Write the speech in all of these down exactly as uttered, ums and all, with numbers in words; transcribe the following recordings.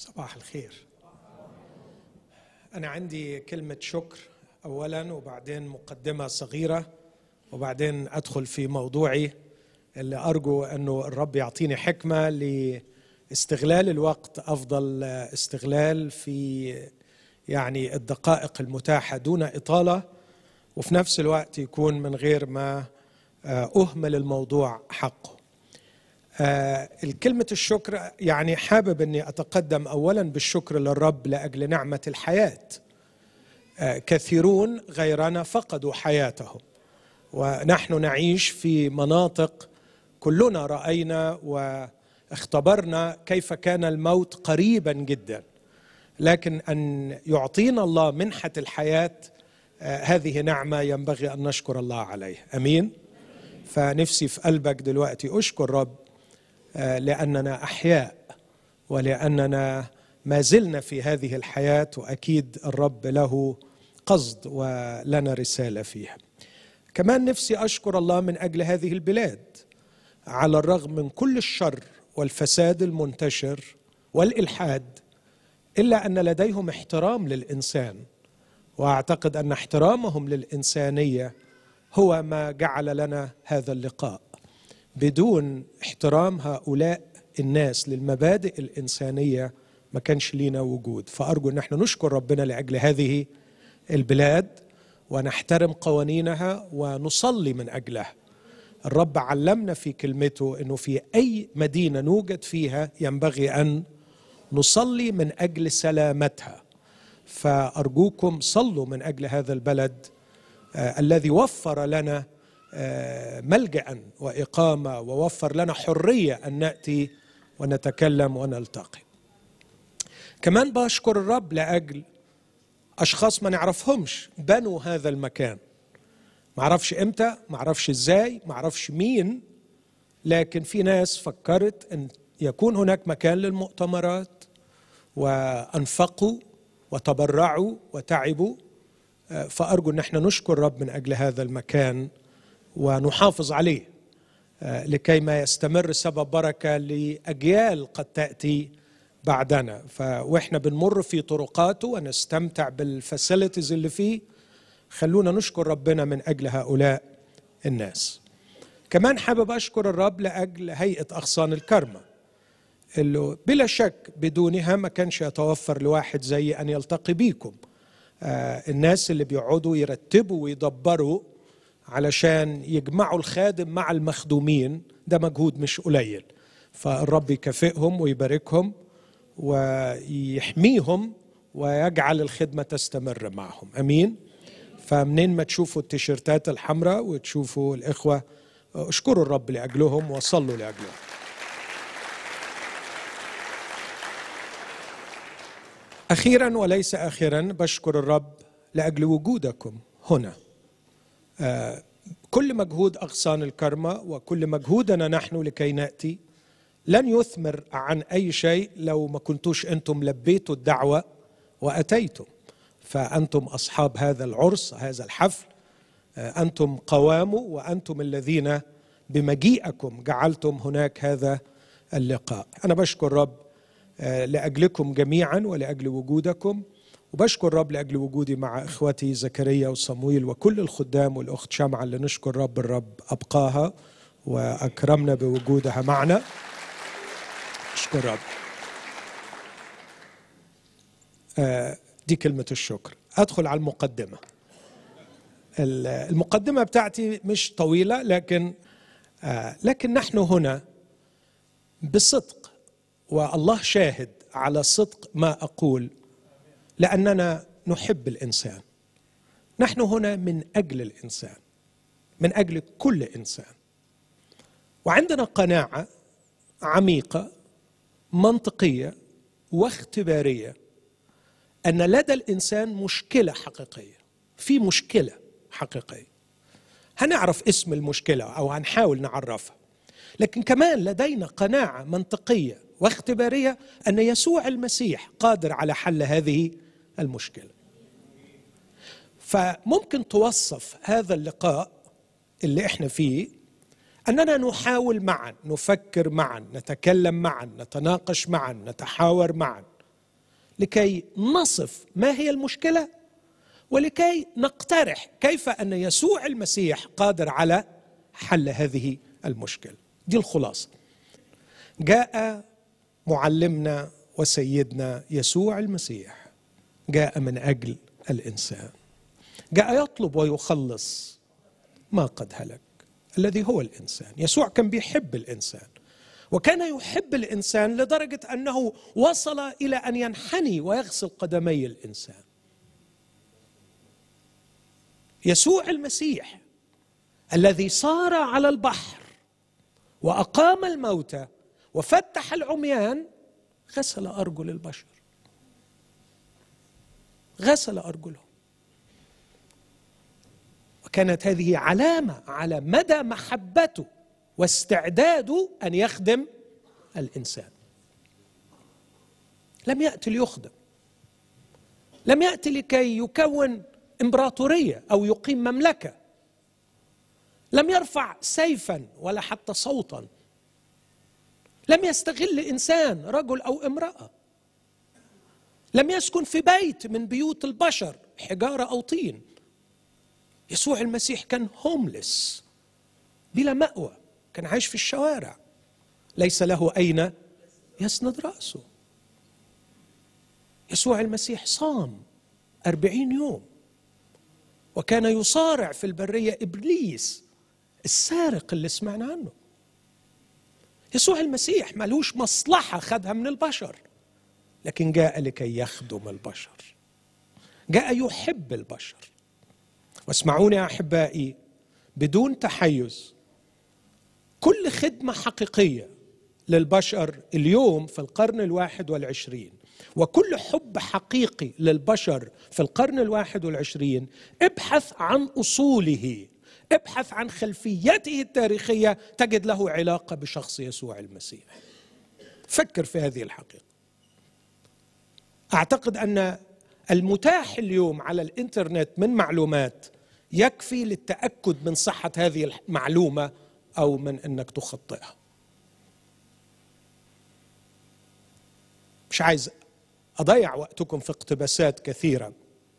صباح الخير. أنا عندي كلمة شكر أولاً، وبعدين مقدمة صغيرة، وبعدين أدخل في موضوعي اللي أرجو أنه الرب يعطيني حكمة لاستغلال الوقت أفضل استغلال في يعني الدقائق المتاحة دون إطالة، وفي نفس الوقت يكون من غير ما أهمل الموضوع حقه. آه الكلمة الشكر يعني حابب أني أتقدم أولا بالشكر للرب لأجل نعمة الحياة. آه كثيرون غيرنا فقدوا حياتهم، ونحن نعيش في مناطق كلنا رأينا واختبرنا كيف كان الموت قريبا جدا، لكن أن يعطينا الله منحة الحياة آه هذه نعمة ينبغي أن نشكر الله عليها. أمين. فنفسي في قلبك دلوقتي أشكر رب لأننا أحياء، ولأننا ما زلنا في هذه الحياة، وأكيد الرب له قصد ولنا رسالة فيها. كمان نفسي أشكر الله من أجل هذه البلاد، على الرغم من كل الشر والفساد المنتشر والإلحاد، إلا أن لديهم احترام للإنسان، وأعتقد أن احترامهم للإنسانية هو ما جعل لنا هذا اللقاء. بدون احترام هؤلاء الناس للمبادئ الإنسانية ما كانش لينا وجود. فأرجو أن احنا نشكر ربنا لأجل هذه البلاد ونحترم قوانينها ونصلي من أجلها. الرب علمنا في كلمته أنه في أي مدينة نوجد فيها ينبغي أن نصلي من أجل سلامتها. فأرجوكم صلوا من أجل هذا البلد آه الذي وفر لنا ملجأ وإقامة، ووفر لنا حرية أن نأتي ونتكلم ونلتقي. كمان بشكر الرب لأجل أشخاص ما نعرفهمش بنوا هذا المكان. ما عرفش إمتى، ما عرفش إزاي، ما عرفش مين، لكن في ناس فكرت أن يكون هناك مكان للمؤتمرات، وأنفقوا وتبرعوا وتعبوا. فأرجو أن احنا نشكر الرب من أجل هذا المكان ونحافظ عليه لكي ما يستمر سبب بركة لأجيال قد تأتي بعدنا. فوإحنا بنمر في طرقاته ونستمتع بالفاسيلتيز اللي فيه، خلونا نشكر ربنا من أجل هؤلاء الناس. كمان حابب أشكر الرب لأجل هيئة أغصان الكرمة، اللي بلا شك بدونها ما كانش يتوفر لواحد زي أن يلتقي بيكم. آه الناس اللي بيقعدوا يرتبوا ويدبروا علشان يجمعوا الخادم مع المخدومين، ده مجهود مش قليل. فالرب يكافئهم ويباركهم ويحميهم ويجعل الخدمة تستمر معهم. أمين. فمنين ما تشوفوا التيشيرتات الحمراء وتشوفوا الإخوة، اشكروا الرب لأجلهم وصلوا لأجلهم. أخيرا وليس آخرا بشكر الرب لأجل وجودكم هنا. آه كل مجهود أغصان الكرمة وكل مجهودنا نحن لكي نأتي لن يثمر عن أي شيء لو ما كنتوش أنتم لبيتوا الدعوة وأتيتم. فأنتم أصحاب هذا العرس، هذا الحفل، آه أنتم قواموا، وأنتم الذين بمجيئكم جعلتم هناك هذا اللقاء. أنا بشكر رب آه لأجلكم جميعا ولأجل وجودكم، وبشكر رب لأجل وجودي مع إخوتي زكريا وصمويل وكل الخدام والأخت شمعة اللي نشكر رب الرب أبقاها وأكرمنا بوجودها معنا. أشكر رب. آه دي كلمة الشكر. أدخل على المقدمة. المقدمة بتاعتي مش طويلة، لكن آه لكن نحن هنا بصدق، والله شاهد على صدق ما أقول، لأننا نحب الإنسان. نحن هنا من أجل الإنسان، من أجل كل إنسان، وعندنا قناعة عميقة منطقية واختبارية أن لدى الإنسان مشكلة حقيقية. في مشكلة حقيقية هنعرف اسم المشكلة أو هنحاول نعرفها، لكن كمان لدينا قناعة منطقية واختبارية أن يسوع المسيح قادر على حل هذه المشكلة. فممكن توصف هذا اللقاء اللي احنا فيه أننا نحاول معا، نفكر معا، نتكلم معا، نتناقش معا، نتحاور معا لكي نصف ما هي المشكلة ولكي نقترح كيف أن يسوع المسيح قادر على حل هذه المشكلة. دي الخلاصة. جاء معلمنا وسيدنا يسوع المسيح، جاء من أجل الإنسان، جاء يطلب ويخلص ما قد هلك، الذي هو الإنسان. يسوع كان بيحب الإنسان، وكان يحب الإنسان لدرجة أنه وصل إلى أن ينحني ويغسل قدمي الإنسان. يسوع المسيح الذي صار على البحر وأقام الموتى وفتح العميان غسل أرجل البشر، غسل أرجلهم. وكانت هذه علامة على مدى محبته واستعداده أن يخدم الإنسان. لم يأتي ليخدم، لم يأتي لكي يكون إمبراطورية أو يقيم مملكة، لم يرفع سيفا ولا حتى صوتا، لم يستغل إنسان رجل أو امرأة، لم يسكن في بيت من بيوت البشر حجارة أو طين. يسوع المسيح كان هوملس بلا مأوى، كان عايش في الشوارع، ليس له أين يسند رأسه. يسوع المسيح صام أربعين يوم، وكان يصارع في البرية إبليس السارق اللي سمعنا عنه. يسوع المسيح ملوش مصلحة خدها من البشر، لكن جاء لكي يخدم البشر، جاء يحب البشر. واسمعوني يا أحبائي بدون تحيز، كل خدمة حقيقية للبشر اليوم في القرن الواحد والعشرين، وكل حب حقيقي للبشر في القرن الواحد والعشرين، ابحث عن أصوله، ابحث عن خلفيته التاريخية، تجد له علاقة بشخص يسوع المسيح. فكر في هذه الحقيقة. أعتقد أن المتاح اليوم على الإنترنت من معلومات يكفي للتأكد من صحة هذه المعلومة أو من أنك تخطئها. مش عايز أضيع وقتكم في اقتباسات كثيرة،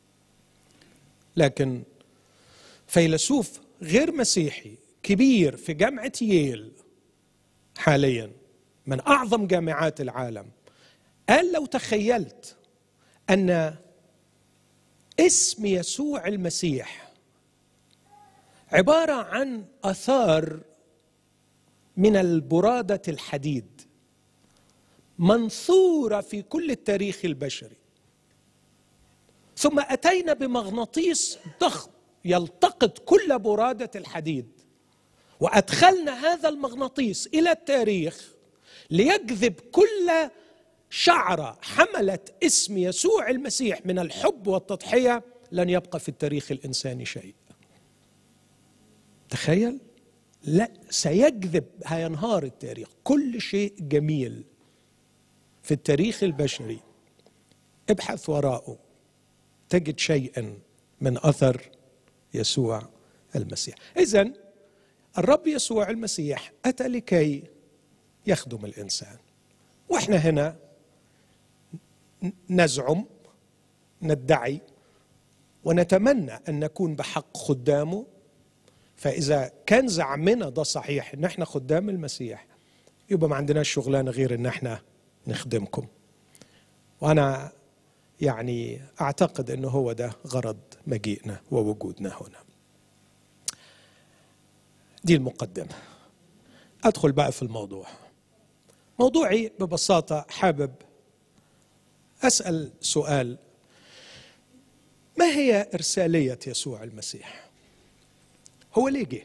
لكن فيلسوف غير مسيحي كبير في جامعة ييل حاليا، من أعظم جامعات العالم، قال لو تخيلت أن اسم يسوع المسيح عبارة عن آثار من البرادة الحديد منثورة في كل التاريخ البشري، ثم أتينا بمغناطيس ضخم يلتقط كل برادة الحديد، وأدخلنا هذا المغناطيس إلى التاريخ ليجذب كل شعرة حملت اسم يسوع المسيح من الحب والتضحية، لن يبقى في التاريخ الإنساني شيء. تخيل، لا سيجذب، هينهار التاريخ. كل شيء جميل في التاريخ البشري ابحث وراءه تجد شيئا من أثر يسوع المسيح. إذن الرب يسوع المسيح أتى لكي يخدم الإنسان، وإحنا هنا نزعم، ندعي، ونتمنى أن نكون بحق خدامه. فإذا كان زعمنا ده صحيح إن إحنا خدام المسيح، يبقى ما عندناش شغلانة غير إن إحنا نخدمكم. وأنا يعني أعتقد أنه هو ده غرض مجيئنا ووجودنا هنا. دي المقدمة. أدخل بقى في الموضوع. موضوعي ببساطة حابب أسأل سؤال: ما هي إرسالية يسوع المسيح؟ هو ليه جه؟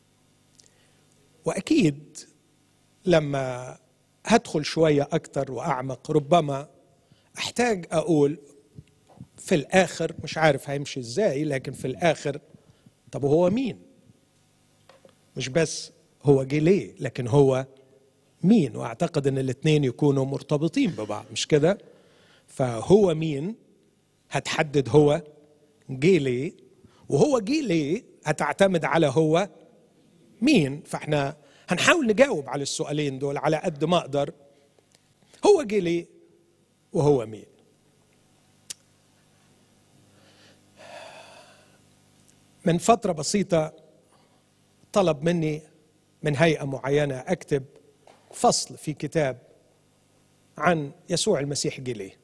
وأكيد لما هدخل شوية أكتر وأعمق ربما أحتاج أقول في الآخر، مش عارف هيمشي إزاي، لكن في الآخر طب هو مين؟ مش بس هو جه ليه، لكن هو مين؟ وأعتقد أن الاثنين يكونوا مرتبطين ببعض، مش كده؟ فهو مين هتحدد هو جه ليه، وهو جه ليه هتعتمد على هو مين. فاحنا هنحاول نجاوب على السؤالين دول على قد ما أقدر. هو جه ليه وهو مين؟ من فترة بسيطة طلب مني من هيئة معينة أكتب فصل في كتاب عن يسوع المسيح جه ليه.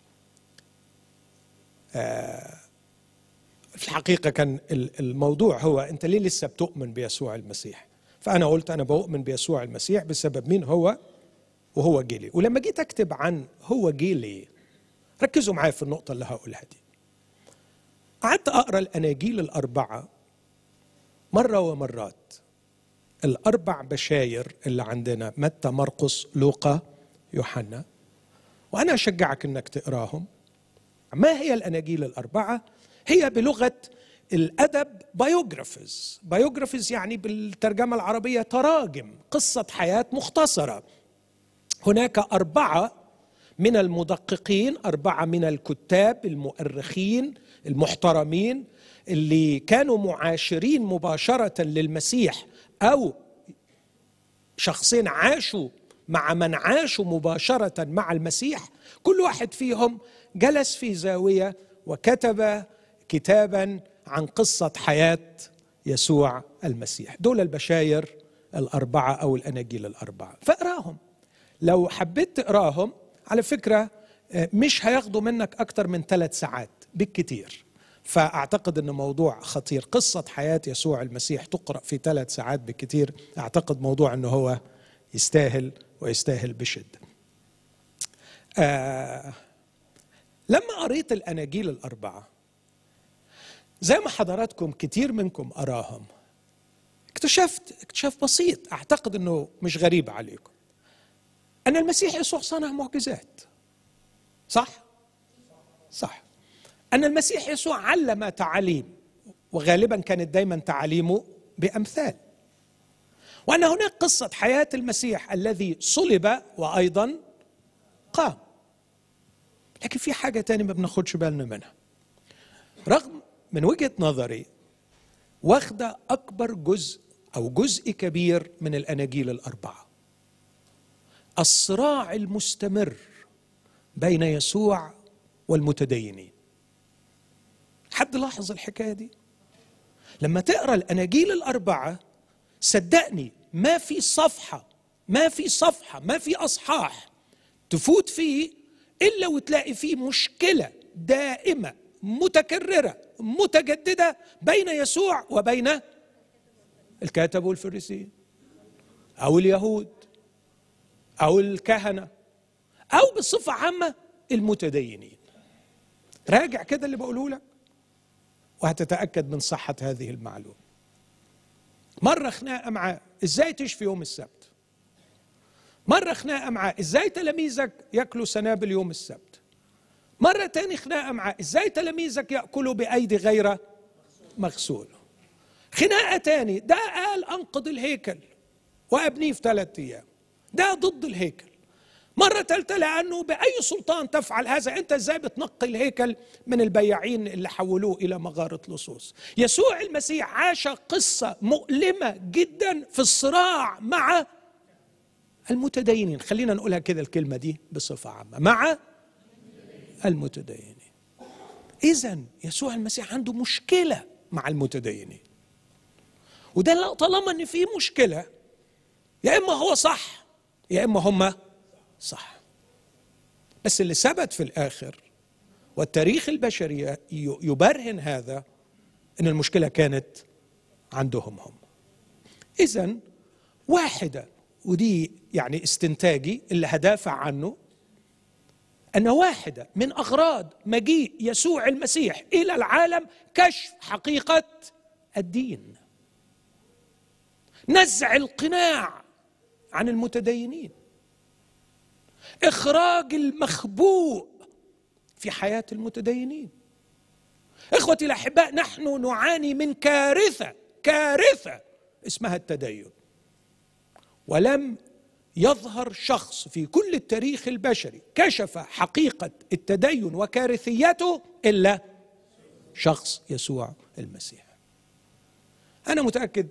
آه في الحقيقة كان الموضوع هو أنت ليه لسه بتؤمن بيسوع المسيح؟ فأنا قلت أنا بؤمن بيسوع المسيح بسبب مين هو وهو جه ليه. ولما جيت أكتب عن هو جه ليه، ركزوا معايا في النقطة اللي هقولها دي. قعدت أقرأ الأناجيل الأربعة مرة ومرات، الأربع بشاير اللي عندنا متى مرقس لوقا يوحنا، وأنا أشجعك أنك تقراهم. ما هي الأناجيل الأربعة؟ هي بلغة الأدب بايوغرافيز. بايوغرافيز يعني بالترجمة العربية تراجم، قصة حياة مختصرة. هناك أربعة من المدققين، أربعة من الكتاب المؤرخين المحترمين اللي كانوا معاشرين مباشرة للمسيح، أو شخصين عاشوا مع من عاشوا مباشرة مع المسيح. كل واحد فيهم جلس في زاوية وكتب كتابا عن قصة حياة يسوع المسيح. دول البشاير الأربعة أو الأناجيل الأربعة، فاقراهم. لو حبيت تقراهم على فكرة مش هياخدوا منك أكتر من ثلاث ساعات بالكتير، فأعتقد أن موضوع خطير. قصة حياة يسوع المسيح تقرأ في ثلاث ساعات بالكتير، أعتقد موضوع أنه هو يستاهل ويستاهل بشدة. آه لما قريت الأناجيل الأربعة زي ما حضراتكم كتير منكم أراهم، اكتشفت اكتشاف بسيط أعتقد أنه مش غريب عليكم، أن المسيح يسوع صنع معجزات. صح؟ صح. أن المسيح يسوع علم تعاليم، وغالبا كانت دايما تعاليمه بأمثال. وأن هناك قصة حياة المسيح الذي صلب وأيضا قام. لكن في حاجة تانية ما بناخدش بالنا منها، رغم من وجهة نظري واخدة أكبر جزء أو جزء كبير من الأناجيل الأربعة، الصراع المستمر بين يسوع والمتدينين. حد لاحظ الحكاية دي؟ لما تقرأ الأناجيل الأربعة صدقني ما في صفحة ما في صفحة ما في أصحاح تفوت فيه إلا وتلاقي فيه مشكلة دائمة متكررة متجددة بين يسوع وبين الكاتب والفريسيين أو اليهود أو الكهنة أو بصفة عامة المتدينين. راجع كده اللي بقوله لك وهتتأكد من صحة هذه المعلومة. مرة خناقة معاه إزاي تشفي يوم السبت، مرة خناقة معاه إزاي تلاميذك يأكلوا سنابل يوم السبت، مرة تاني خناقة معاه إزاي تلاميذك يأكلوا بأيدي غير مغسولة، خناقة تاني ده قال أنقض الهيكل وأبنيه في ثلاثة أيام، ده ضد الهيكل. مرة ثالثة لأنه بأي سلطان تفعل هذا، أنت إزاي بتنقي الهيكل من البياعين اللي حولوه إلى مغارة لصوص. يسوع المسيح عاش قصة مؤلمة جدا في الصراع مع المتدينين. خلينا نقولها كده الكلمة دي بصفة عامة، مع المتدينين. إذن يسوع المسيح عنده مشكلة مع المتدينين، وده طالما أن في مشكلة يا إما هو صح يا إما هم صح. بس اللي ثبت في الآخر والتاريخ البشري يبرهن هذا، أن المشكلة كانت عندهم هم. إذن واحدة، ودي يعني استنتاجي اللي هدافع عنه، أن واحدة من أغراض مجيء يسوع المسيح إلى العالم كشف حقيقة الدين، نزع القناع عن المتدينين، إخراج المخبوء في حياة المتدينين. إخوتي الأحباء، نحن نعاني من كارثة كارثة اسمها التدين، ولم يظهر شخص في كل التاريخ البشري كشف حقيقة التدين وكارثيته إلا شخص يسوع المسيح. أنا متأكد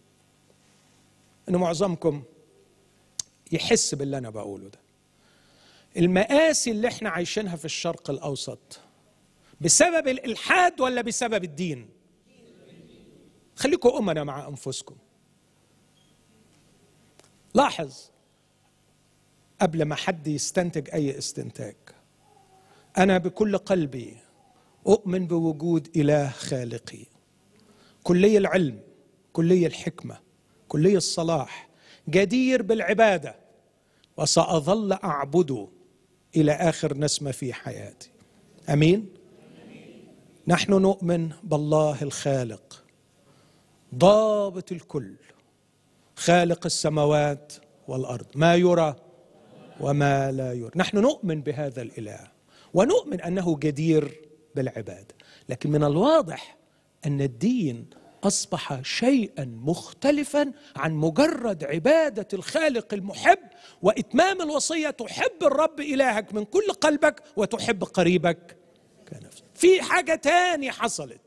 أن معظمكم يحس باللي أنا بقوله ده. المآسي اللي احنا عايشينها في الشرق الأوسط بسبب الإلحاد ولا بسبب الدين؟ خليكم أمنا مع أنفسكم. لاحظ قبل ما حد يستنتج أي استنتاج، أنا بكل قلبي أؤمن بوجود إله خالقي، كلي العلم، كلي الحكمة، كلي الصلاح، جدير بالعبادة، وسأظل أعبده إلى آخر نسمة في حياتي. أمين؟ نحن نؤمن بالله الخالق، ضابط الكل، خالق السماوات والأرض، ما يرى وما لا يرى. نحن نؤمن بهذا الإله ونؤمن أنه جدير بالعبادة. لكن من الواضح أن الدين أصبح شيئا مختلفا عن مجرد عبادة الخالق المحب وإتمام الوصية: تحب الرب إلهك من كل قلبك وتحب قريبك كنفسك. في حاجة تانية حصلت.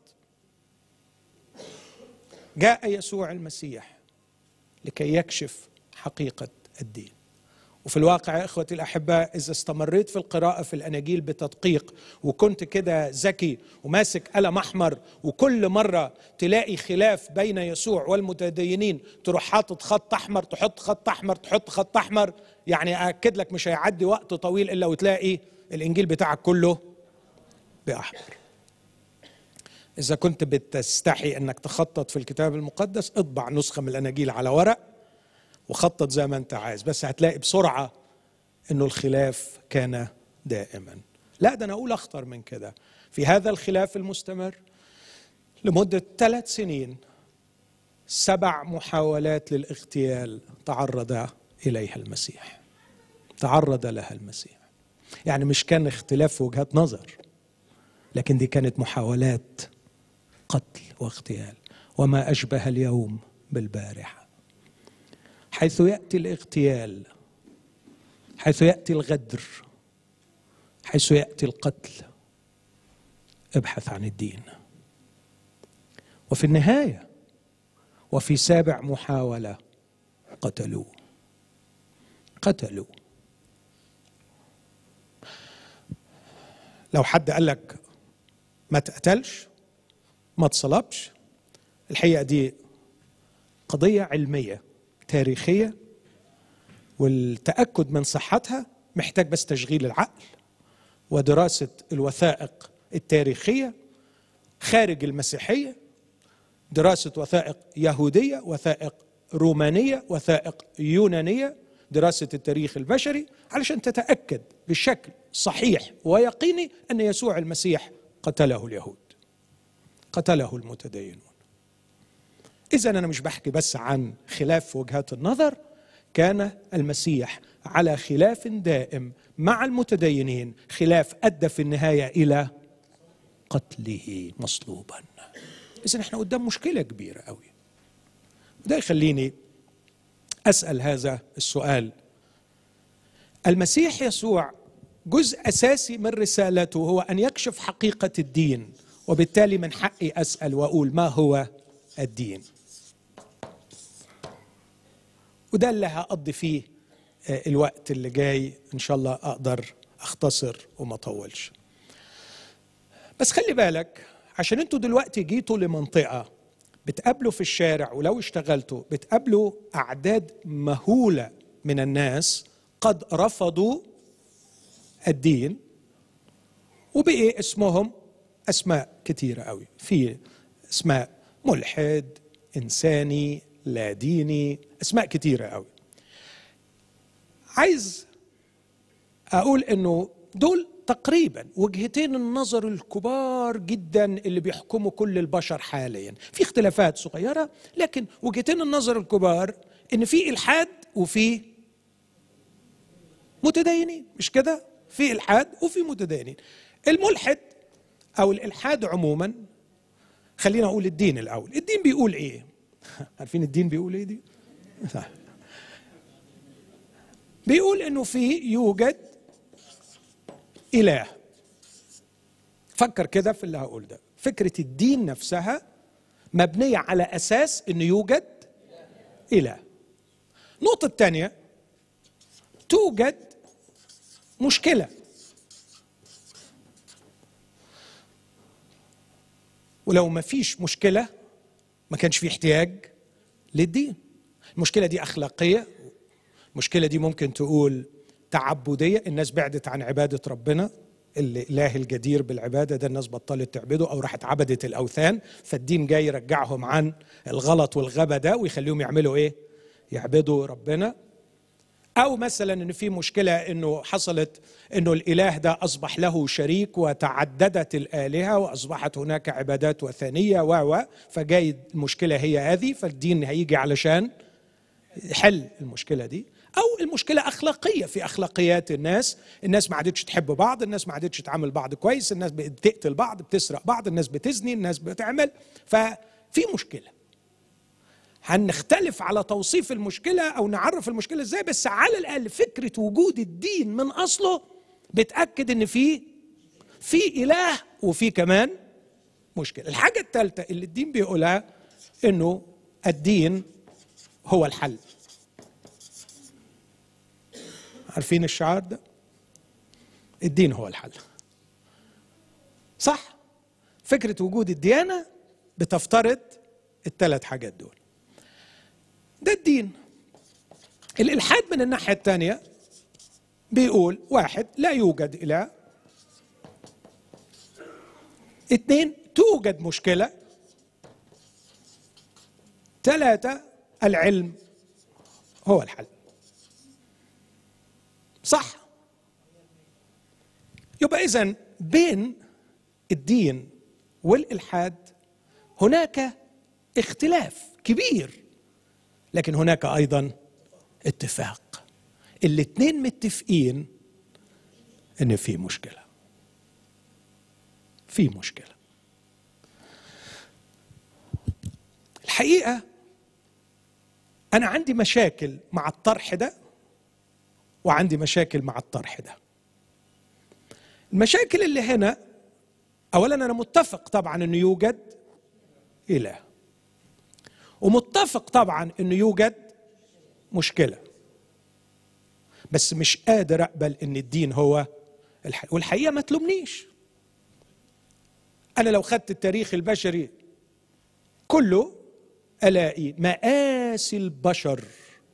جاء يسوع المسيح لكي يكشف حقيقة الدين. وفي الواقع يا إخوتي الأحباء، إذا استمريت في القراءة في الأناجيل بتدقيق وكنت كده ذكي وماسك قلم أحمر، وكل مرة تلاقي خلاف بين يسوع والمتدينين تروح حاطط خط أحمر، تحط خط أحمر، تحط خط أحمر، يعني أكد لك مش هيعدي وقت طويل إلا وتلاقي الإنجيل بتاعك كله بأحمر. إذا كنت بتستحي أنك تخطط في الكتاب المقدس، اطبع نسخة من الأناجيل على ورق وخطط زي ما أنت عايز، بس هتلاقي بسرعة أنه الخلاف كان دائما. لا، ده أنا أقول أخطر من كده. في هذا الخلاف المستمر لمدة ثلاث سنين سبع محاولات للاغتيال تعرض إليها المسيح، تعرض لها المسيح. يعني مش كان اختلاف في وجهات نظر، لكن دي كانت محاولات قتل واغتيال. وما أشبه اليوم بالبارحة، حيث يأتي الاغتيال، حيث يأتي الغدر، حيث يأتي القتل، ابحث عن الدين. وفي النهاية وفي سابع محاولة قتلوه قتلوه لو حد قال لك ما تقتلش، ما تصلبش، الحقيقة دي قضية علمية تاريخية، والتأكد من صحتها محتاج بس تشغيل العقل ودراسة الوثائق التاريخية خارج المسيحية، دراسة وثائق يهودية، وثائق رومانية، وثائق يونانية، دراسة التاريخ البشري، علشان تتأكد بشكل صحيح ويقيني أن يسوع المسيح قتله اليهود، قتله المتدينون. إذن أنا مش بحكي بس عن خلاف في وجهات النظر، كان المسيح على خلاف دائم مع المتدينين، خلاف أدى في النهاية إلى قتله مصلوبا. إذن احنا قدام مشكلة كبيرة قوي. وده يخليني أسأل هذا السؤال. المسيح يسوع جزء أساسي من رسالته هو أن يكشف حقيقة الدين، وبالتالي من حقي أسأل وأقول: ما هو الدين؟ وده اللي هقضي فيه الوقت اللي جاي، إن شاء الله أقدر أختصر وما أطولش. بس خلي بالك، عشان أنتوا دلوقتي جيتوا لمنطقة بتقابلوا في الشارع، ولو اشتغلتوا بتقابلوا أعداد مهولة من الناس قد رفضوا الدين، وبقي اسمهم أسماء كتيرة قوي. في اسماء ملحد، إنساني، لا ديني، أسماء كتيرة قوي. عايز أقول إنه دول تقريبا وجهتين النظر الكبار جدا اللي بيحكموا كل البشر حاليا. في اختلافات صغيرة، لكن وجهتين النظر الكبار إن في إلحاد وفي متدينين، مش كده؟ في إلحاد وفي متدينين. الملحد أو الإلحاد عموما، خلينا أقول الدين الأول. الدين بيقول إيه؟ عارفين الدين بيقول إيه دي؟ صح. بيقول إنه في يوجد إله. فكر كده في اللي هقول ده. فكرة الدين نفسها مبنية على أساس إنه يوجد إله. النقطة الثانية، توجد مشكلة. ولو ما فيش مشكلة ما كانش فيه احتياج للدين. المشكلة دي أخلاقية، المشكلة دي ممكن تقول تعبدية، الناس بعدت عن عبادة ربنا الإله الجدير بالعبادة ده، الناس بطلت تعبده أو راحت عبدت الأوثان، فالدين جاي يرجعهم عن الغلط والغبا ده ويخليهم يعملوا إيه؟ يعبدوا ربنا. أو مثلا إن في مشكلة إنه حصلت إنه الإله ده أصبح له شريك وتعددت الآلهة وأصبحت هناك عبادات وثنية و فجاي المشكلة هي هذه، فالدين هيجي علشان يحل المشكلة دي. أو المشكلة أخلاقية، في أخلاقيات الناس، الناس ما عادتش تحب بعض، الناس ما عادتش تعامل بعض كويس، الناس بتقتل بعض، بتسرق بعض، الناس بتزني، الناس بتعمل، ففي مشكلة. هنختلف على توصيف المشكلة أو نعرف المشكلة إزاي، بس على الأقل فكرة وجود الدين من أصله بتأكد إن في في إله وفي كمان مشكلة. الحاجة الثالثة اللي الدين بيقولها إنه الدين هو الحل. عارفين الشعار ده؟ الدين هو الحل. صح؟ فكرة وجود الديانة بتفترض الثلاث حاجات دول. ده الدين. الإلحاد من الناحية الثانية بيقول واحد، لا يوجد إله. اثنين، توجد مشكلة. ثلاثة، العلم هو الحل. صح؟ يبقى إذن بين الدين والإلحاد هناك اختلاف كبير، لكن هناك أيضا اتفاق. الاثنين متفقين إن في مشكلة، في مشكلة. الحقيقة أنا عندي مشاكل مع الطرح ده وعندي مشاكل مع الطرح ده. المشاكل اللي هنا، أولا أنا متفق طبعا أنه يوجد إله، ومتفق طبعا أنه يوجد مشكلة، بس مش قادر أقبل أن الدين هو الحل. والحقيقة ما تلومنيش، أنا لو خدت التاريخ البشري كله ألاقي مآسي البشر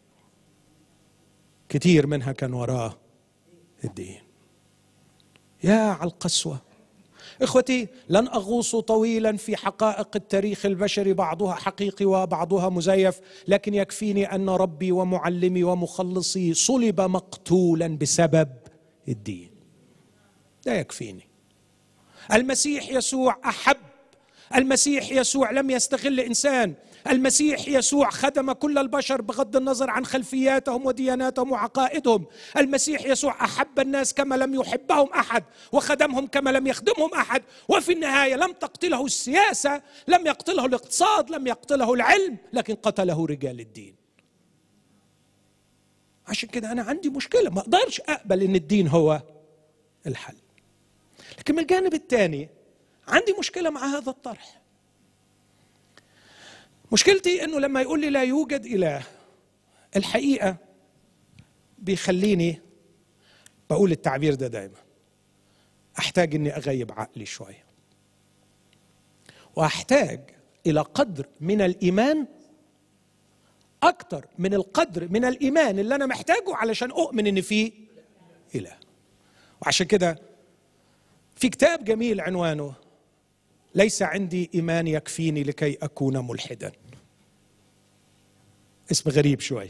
كتير منها كان وراه الدين. يا على القسوة. إخوتي، لن أغوص طويلا في حقائق التاريخ البشري، بعضها حقيقي وبعضها مزيف، لكن يكفيني أن ربي ومعلمي ومخلصي صلب مقتولا بسبب الدين. ده يكفيني. المسيح يسوع أحب، المسيح يسوع لم يستغل إنسان، المسيح يسوع خدم كل البشر بغض النظر عن خلفياتهم ودياناتهم وعقائدهم. المسيح يسوع أحب الناس كما لم يحبهم أحد، وخدمهم كما لم يخدمهم أحد، وفي النهاية لم تقتله السياسة، لم يقتله الاقتصاد، لم يقتله العلم، لكن قتله رجال الدين. عشان كده أنا عندي مشكلة، ما أقدرش أقبل إن الدين هو الحل. لكن من الجانب الثاني عندي مشكلة مع هذا الطرح. مشكلتي انه لما يقول لي لا يوجد اله، الحقيقة بيخليني بقول التعبير ده دايما، احتاج اني اغيب عقلي شوية، واحتاج الى قدر من الايمان اكتر من القدر من الايمان اللي انا محتاجه علشان اؤمن ان في اله. وعشان كده في كتاب جميل عنوانه ليس عندي إيمان يكفيني لكي أكون ملحدا. اسم غريب شوي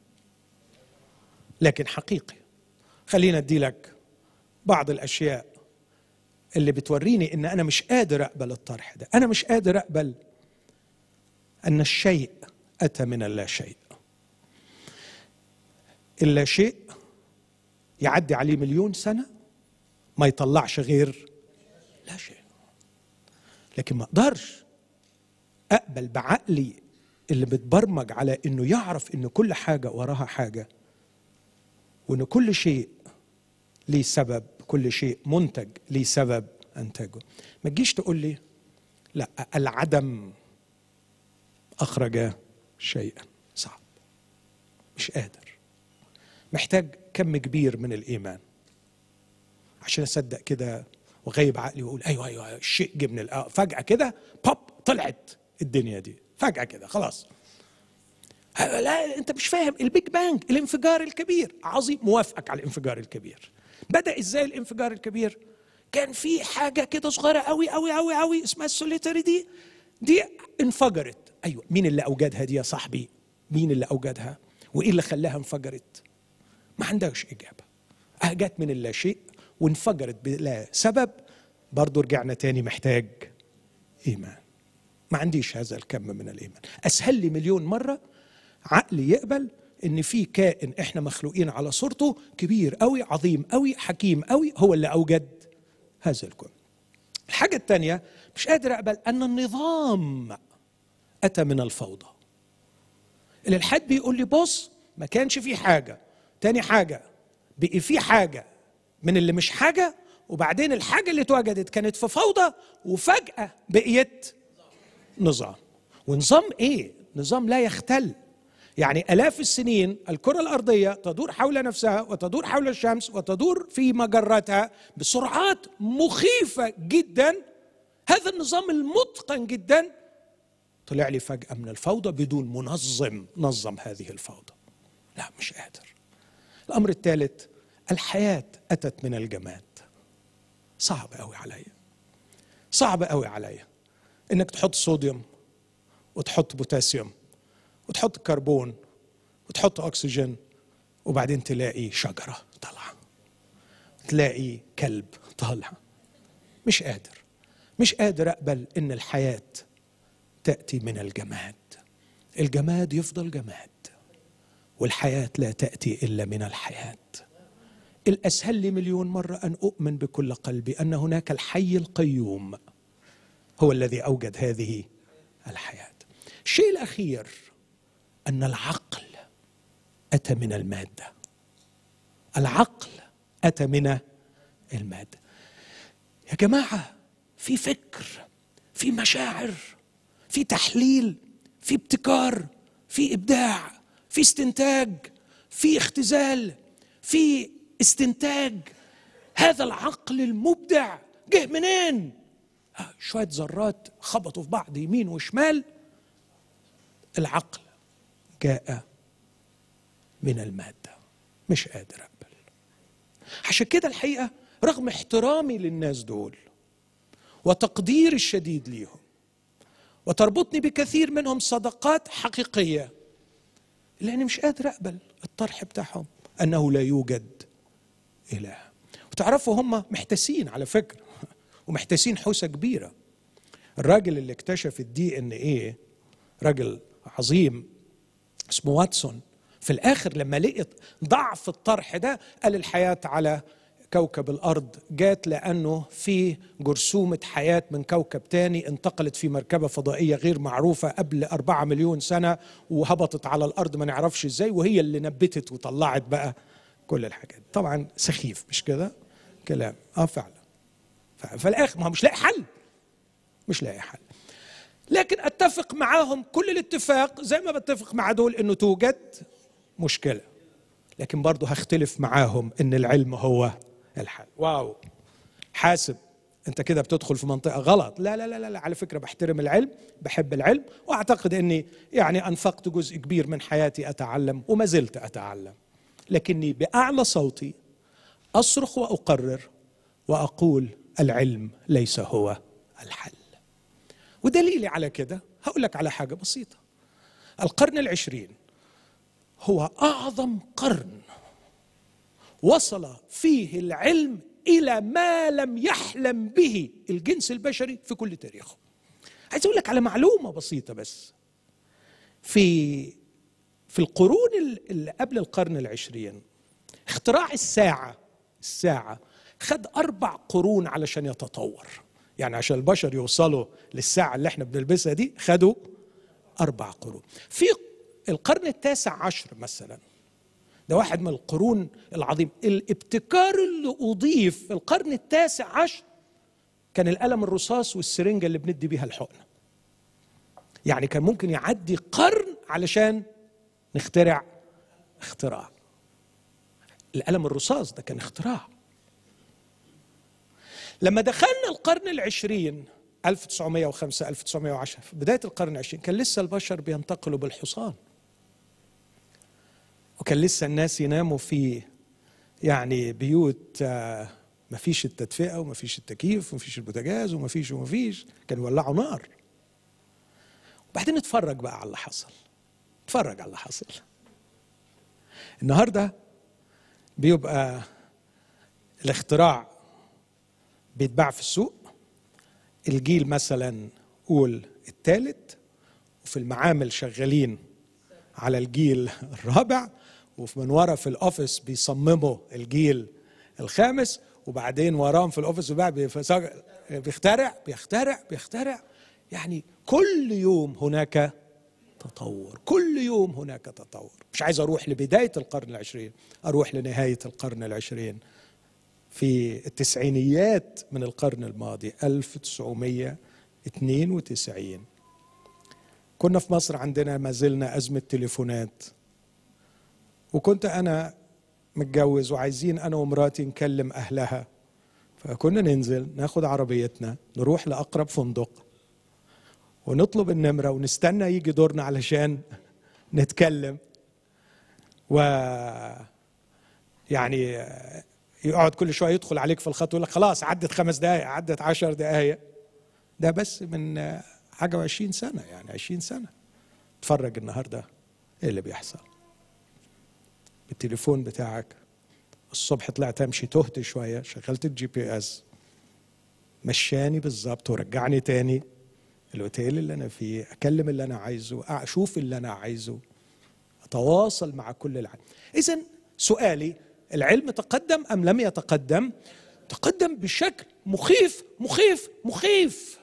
لكن حقيقي. خلينا أدي لك بعض الأشياء اللي بتوريني إن أنا مش قادر أقبل الطرح ده. أنا مش قادر أقبل أن الشيء أتى من اللا شيء. اللا شيء يعدي عليه مليون سنة ما يطلعش غير لا شيء. لكن ما اقدرش اقبل بعقلي اللي بتبرمج على انه يعرف ان كل حاجة وراها حاجة، وان كل شيء ليه سبب، كل شيء منتج ليه سبب انتجه. ما تجيش تقول لي لا العدم اخرج شيئا. صعب، مش قادر، محتاج كم كبير من الايمان عشان اصدق كده وغيب عقلي واقول ايوه ايوه الشيء جه من الأ... فجأة كده بوب طلعت الدنيا دي. فجأة كده خلاص. لا انت مش فاهم، البيج بانج، الانفجار الكبير. عظيم، موافقك على الانفجار الكبير. بدأ ازاي الانفجار الكبير؟ كان في حاجة كده صغيرة قوي قوي قوي قوي اسمها السوليتري دي دي انفجرت. ايوه، مين اللي اوجدها دي يا صاحبي؟ مين اللي اوجدها؟ وايه اللي خلاها انفجرت؟ ما عندهاش اجابة. جت من اللا شيء وانفجرت بلا سبب. برضو رجعنا تاني محتاج ايمان. ما عنديش هذا الكم من الايمان. اسهل لي مليون مرة عقلي يقبل ان في كائن احنا مخلوقين على صورته، كبير قوي، عظيم قوي، حكيم قوي، هو اللي اوجد هذا الكون. الحاجة الثانية، مش قادر اقبل ان النظام اتى من الفوضى. الالحاد بيقول لي بص، ما كانش في حاجة، تاني حاجة بقي في حاجة من اللي مش حاجة، وبعدين الحاجة اللي اتوجدت كانت في فوضى، وفجأة بقيت نظام. ونظام ايه؟ نظام لا يختل. يعني آلاف السنين الكرة الأرضية تدور حول نفسها وتدور حول الشمس وتدور في مجرتها بسرعات مخيفة جدا. هذا النظام المتقن جدا طلع لي فجأة من الفوضى بدون منظم نظم هذه الفوضى. لا، مش قادر. الأمر الثالث، الحياة أتت من الجماد. صعب قوي عليا، صعب قوي عليا إنك تحط صوديوم وتحط بوتاسيوم وتحط كربون وتحط أكسجين، وبعدين تلاقي شجرة طالعة، تلاقي كلب طالع. مش قادر مش قادر أقبل إن الحياة تأتي من الجماد. الجماد يفضل جماد، والحياة لا تأتي إلا من الحياة. الأسهل لي مليون مرة أن أؤمن بكل قلبي أن هناك الحي القيوم هو الذي أوجد هذه الحياة. الشيء الأخير، أن العقل أتى من المادة. العقل أتى من المادة. يا جماعة، في فكر، في مشاعر، في تحليل، في ابتكار، في إبداع، في استنتاج، في اختزال، في استنتاج. هذا العقل المبدع جه منين؟ آه شوية ذرات خبطوا في بعض يمين وشمال. العقل جاء من المادة. مش قادر أقبل. عشان كده الحقيقة رغم احترامي للناس دول وتقديري الشديد ليهم، وتربطني بكثير منهم صداقات حقيقية، لأني مش قادر أقبل الطرح بتاعهم أنه لا يوجد إله. وتعرفوا هم محتسين على فكرة، ومحتسين حوسة كبيرة. الراجل اللي اكتشف الدي ان ايه، راجل عظيم اسمه واتسون، في الآخر لما لقيت ضعف الطرح ده قال الحياة على كوكب الأرض جات لأنه في جرثومة حياة من كوكب تاني انتقلت في مركبة فضائية غير معروفة قبل أربعة مليون سنة وهبطت على الأرض ما نعرفش إزاي، وهي اللي نبتت وطلعت بقى كل الحاجات. طبعا سخيف مش كده كلام؟ آه فعلا. في الآخر ما هو مش لاقي حل، مش لاقي حل. لكن أتفق معاهم كل الاتفاق زي ما بتفق مع دول إنه توجد مشكلة، لكن برضو هختلف معاهم إن العلم هو الحل. واو، حاسب أنت كده بتدخل في منطقة غلط. لا لا لا لا، على فكرة بحترم العلم، بحب العلم، وأعتقد أني يعني أنفقت جزء كبير من حياتي أتعلم وما زلت أتعلم، لكني بأعلى صوتي أصرخ وأقرر وأقول العلم ليس هو الحل. ودليلي على كده هقول لك على حاجة بسيطة. القرن العشرين هو أعظم قرن وصل فيه العلم إلى ما لم يحلم به الجنس البشري في كل تاريخه. عايز أقول لك على معلومة بسيطة بس. في في القرون اللي قبل القرن العشرين اختراع الساعة الساعة خد أربع قرون علشان يتطور. يعني عشان البشر يوصلوا للساعة اللي احنا بنلبسها دي خدوا أربع قرون. في القرن التاسع عشر مثلا، ده واحد من القرون العظيم. الابتكار اللي أضيف في القرن التاسع عشر كان القلم الرصاص والسرنجة اللي بندي بيها الحقنة. يعني كان ممكن يعدي قرن علشان نخترع اختراع. القلم الرصاص ده كان اختراع. لما دخلنا القرن العشرين ألف وتسعمائة وخمسة ألف وتسعمائة وعشرة في بداية القرن العشرين كان لسه البشر بينتقلوا بالحصان، وكان لسه الناس يناموا في يعني بيوت ما فيش التدفئة وما فيش التكييف وما فيش البوتاجاز وما فيش وما فيش كانوا يولعوا نار. وبعدين اتفرج بقى على اللي حصل، اتفرج على اللي حصل النهارده. بيبقى الاختراع بيتباع في السوق، الجيل مثلا قول الثالث، وفي المعامل شغالين على الجيل الرابع، وفي من ورا في الاوفيس بيصمموا الجيل الخامس، وبعدين وراهم في الاوفيس بقى بيخترع بيخترع بيخترع يعني كل يوم هناك تطور، كل يوم هناك تطور. مش عايز اروح لبدايه القرن العشرين، اروح لنهايه القرن العشرين في التسعينيات من القرن الماضي ألف وتسعمائة واثنين وتسعين. كنا في مصر عندنا ما زلنا أزمة تليفونات، وكنت أنا متجوز وعايزين أنا ومراتي نكلم أهلها، فكنا ننزل ناخد عربيتنا نروح لأقرب فندق ونطلب النمرة ونستنى يجي دورنا علشان نتكلم، و يعني يقعد كل شوية يدخل عليك في الخط ويقول لك خلاص عدت خمس دقايق عدت عشر دقايق. ده بس من حاجة وعشرين سنة، يعني عشرين سنة. تفرج النهاردة ايه اللي بيحصل بالتليفون بتاعك. الصبح طلعت امشي تهت شوية، شغلت الجي بي اس مشاني بالظبط ورجعني تاني الاوتيل اللي انا فيه، اكلم اللي انا عايزه، اشوف اللي انا عايزه، اتواصل مع كل العالم. اذن سؤالي، العلم تقدم ام لم يتقدم؟ تقدم بشكل مخيف مخيف مخيف.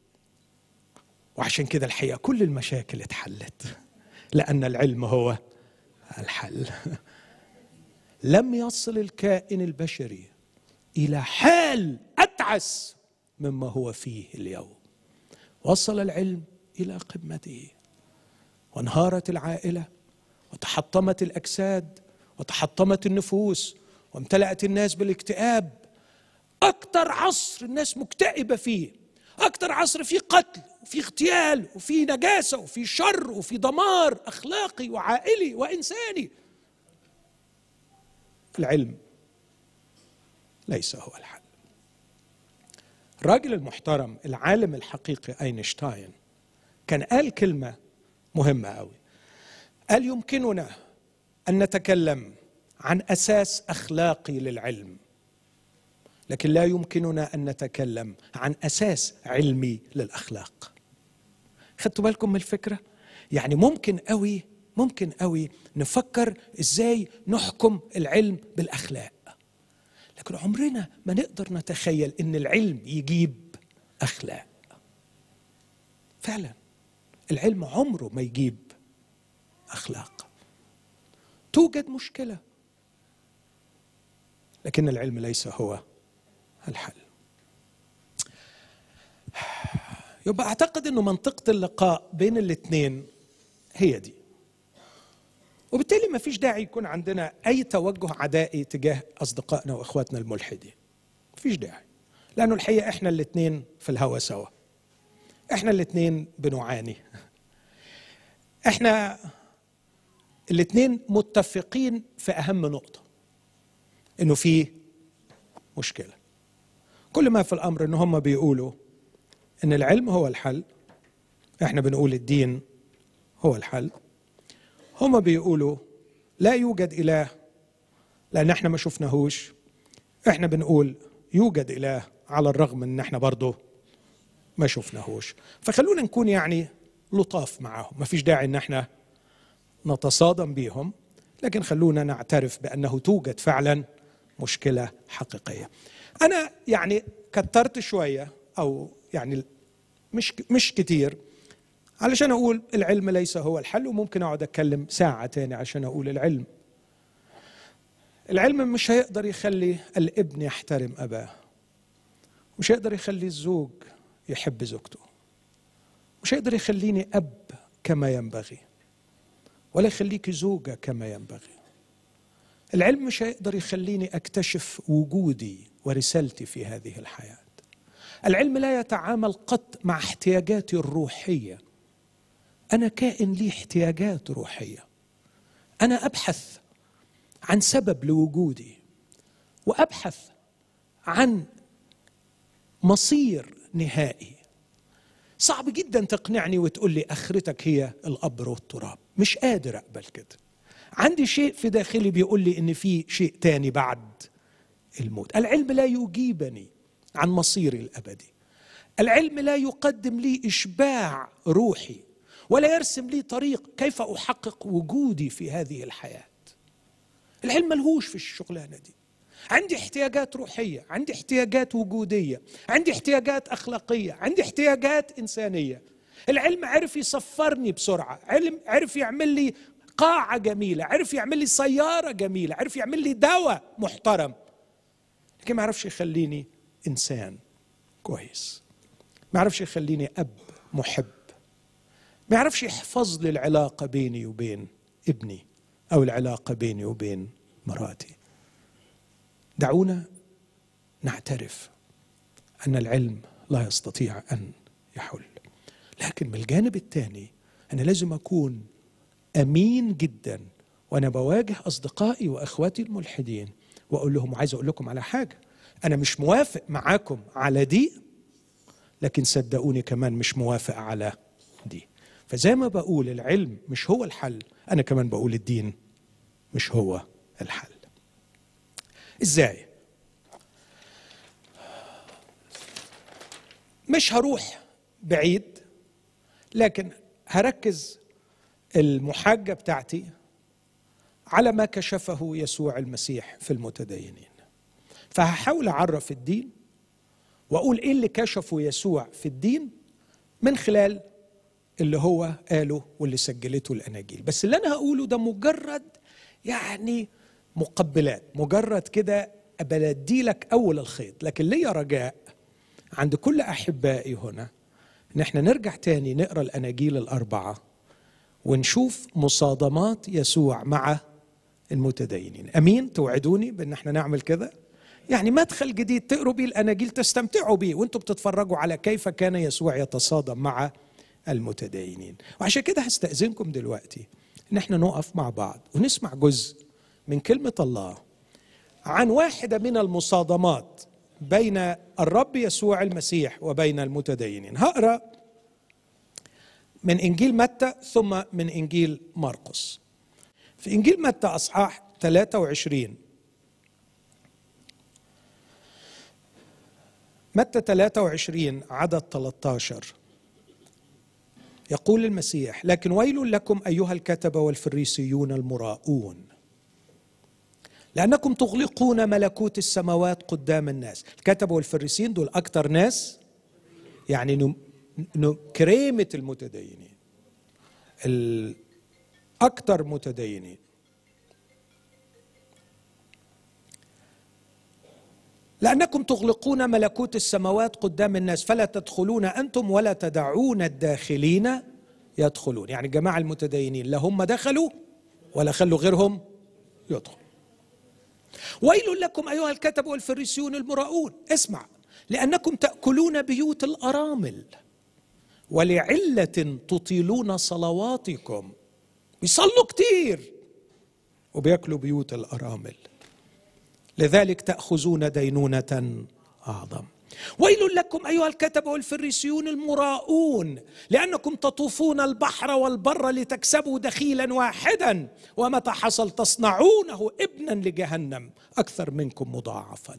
وعشان كده الحقيقة كل المشاكل اتحلت، لأن العلم هو الحل. لم يصل الكائن البشري إلى حال أتعس مما هو فيه اليوم. وصل العلم إلى قمته، وانهارت العائلة، وتحطمت الأجساد، وتحطمت النفوس، وامتلأت الناس بالاكتئاب. أكتر عصر الناس مكتئبة فيه، أكتر عصر فيه قتل وفيه اغتيال وفيه نجاسة وفيه شر وفيه دمار أخلاقي وعائلي وإنساني. العلم ليس هو الحل. الراجل المحترم العالم الحقيقي أينشتاين كان قال كلمة مهمة أوي، قال يمكننا أن نتكلم عن أساس أخلاقي للعلم، لكن لا يمكننا أن نتكلم عن أساس علمي للأخلاق. خدتوا بالكم من الفكرة؟ يعني ممكن قوي ممكن قوي نفكر إزاي نحكم العلم بالأخلاق، لكن عمرنا ما نقدر نتخيل إن العلم يجيب أخلاق. فعلا العلم عمره ما يجيب أخلاق. توجد مشكلة، لكن العلم ليس هو الحل. يبقى أعتقد أنه منطقة اللقاء بين الاثنين هي دي، وبالتالي ما فيش داعي يكون عندنا أي توجه عدائي تجاه أصدقائنا وإخواتنا الملحدين. ما فيش داعي، لأنه الحقيقة إحنا الاثنين في الهوى سوا، إحنا الاثنين بنعاني، إحنا الاثنين متفقين في أهم نقطة، إنه في مشكلة. كل ما في الأمر إن هم بيقولوا إن العلم هو الحل، إحنا بنقول الدين هو الحل. هم بيقولوا لا يوجد إله لأن إحنا ما شفناهوش، إحنا بنقول يوجد إله على الرغم إن إحنا برضو ما شفناهوش. فخلونا نكون يعني لطاف معهم، ما فيش داعي إن إحنا نتصادم بيهم، لكن خلونا نعترف بأنه توجد فعلا مشكلة حقيقية. أنا يعني كترت شوية أو يعني مش مش كتير علشان أقول العلم ليس هو الحل، وممكن أقعد أتكلم ساعة تاني عشان أقول العلم. العلم مش هيقدر يخلي الابن يحترم أباه، مش هيقدر يخلي الزوج يحب زوجته، مش هيقدر يخليني أب كما ينبغي، ولا يخليك زوجة كما ينبغي. العلم مش هيقدر يخليني أكتشف وجودي ورسالتي في هذه الحياة. العلم لا يتعامل قط مع احتياجاتي الروحية. أنا كائن لي احتياجات روحية، أنا أبحث عن سبب لوجودي، وأبحث عن مصير نهائي. صعب جدا تقنعني وتقول لي آخرتك هي القبر والتراب، مش قادر أقبل كده. عندي شيء في داخلي بيقول لي إن في شيء تاني بعد الموت. العلم لا يجيبني عن مصيري الأبدي، العلم لا يقدم لي إشباع روحي، ولا يرسم لي طريق كيف أحقق وجودي في هذه الحياة. العلم ملهوش في الشغلانة دي. عندي احتياجات روحية، عندي احتياجات وجودية، عندي احتياجات أخلاقية، عندي احتياجات إنسانية. العلم عرف يصفرني بسرعة، علم عرف يعمل لي قاعة جميلة، عرف يعمل لي سيارة جميلة، عرف يعمل لي دواء محترم، لكن ما عرفش يخليني إنسان كويس، ما عرفش يخليني أب محب، ما يعرفش يحفظ لي العلاقة بيني وبين ابني أو العلاقة بيني وبين مراتي. دعونا نعترف أن العلم لا يستطيع أن يحل، لكن من الجانب الثاني أنا لازم أكون أمين جدا وأنا بواجه أصدقائي وأخواتي الملحدين وأقول لهم، عايز أقول لكم على حاجة، أنا مش موافق معاكم على دي، لكن صدقوني كمان مش موافق على دي. فزي ما بقول العلم مش هو الحل، أنا كمان بقول الدين مش هو الحل. إزاي؟ مش هروح بعيد، لكن هركز المحاجة بتاعتي على ما كشفه يسوع المسيح في المتدينين. فهحاول أعرف الدين وأقول إيه اللي كشفه يسوع في الدين من خلال اللي هو قاله واللي سجلته الأناجيل. بس اللي أنا هقوله ده مجرد يعني مقبلات، مجرد كده أبلدي لك أول الخيط، لكن ليا رجاء عند كل أحبائي هنا إن احنا نرجع تاني نقرأ الأناجيل الأربعة ونشوف مصادمات يسوع مع المتدينين. أمين؟ توعدوني بأن احنا نعمل كده؟ يعني مدخل جديد تقروا بيه الأناجيل، تستمتعوا بيه وانتوا بتتفرجوا على كيف كان يسوع يتصادم مع المتدينين. وعشان كده هستأذنكم دلوقتي ان احنا نقف مع بعض ونسمع جزء من كلمة الله عن واحدة من المصادمات بين الرب يسوع المسيح وبين المتدينين. هقرأ من إنجيل متى ثم من إنجيل مرقس. في إنجيل متى أصحاح ثلاثة وعشرين، متى ثلاثة وعشرين عدد ثلاثة عشر، يقول المسيح: لكن ويل لكم أيها الكتبة والفريسيون المراؤون، لأنكم تغلقون ملكوت السماوات قدام الناس. الكتبة والفريسيين دول أكتر ناس يعني كريمة المتدينين، الأكثر متدينين. لأنكم تغلقون ملكوت السماوات قدام الناس فلا تدخلون أنتم ولا تدعون الداخلين يدخلون. يعني جماعة المتدينين لا هم دخلوا ولا خلوا غيرهم يدخل. ويل لكم أيها الكتب والفريسيون المراؤون، اسمع، لأنكم تأكلون بيوت الأرامل ولعلة تطيلون صلواتكم. بيصلوا كتير وبيأكلوا بيوت الأرامل، لذلك تأخذون دينونة أعظم. ويل لكم أيها الكتبة والفريسيون المراؤون، لأنكم تطوفون البحر والبر لتكسبوا دخيلا واحدا، ومتى حصل تصنعونه ابنا لجهنم أكثر منكم مضاعفا.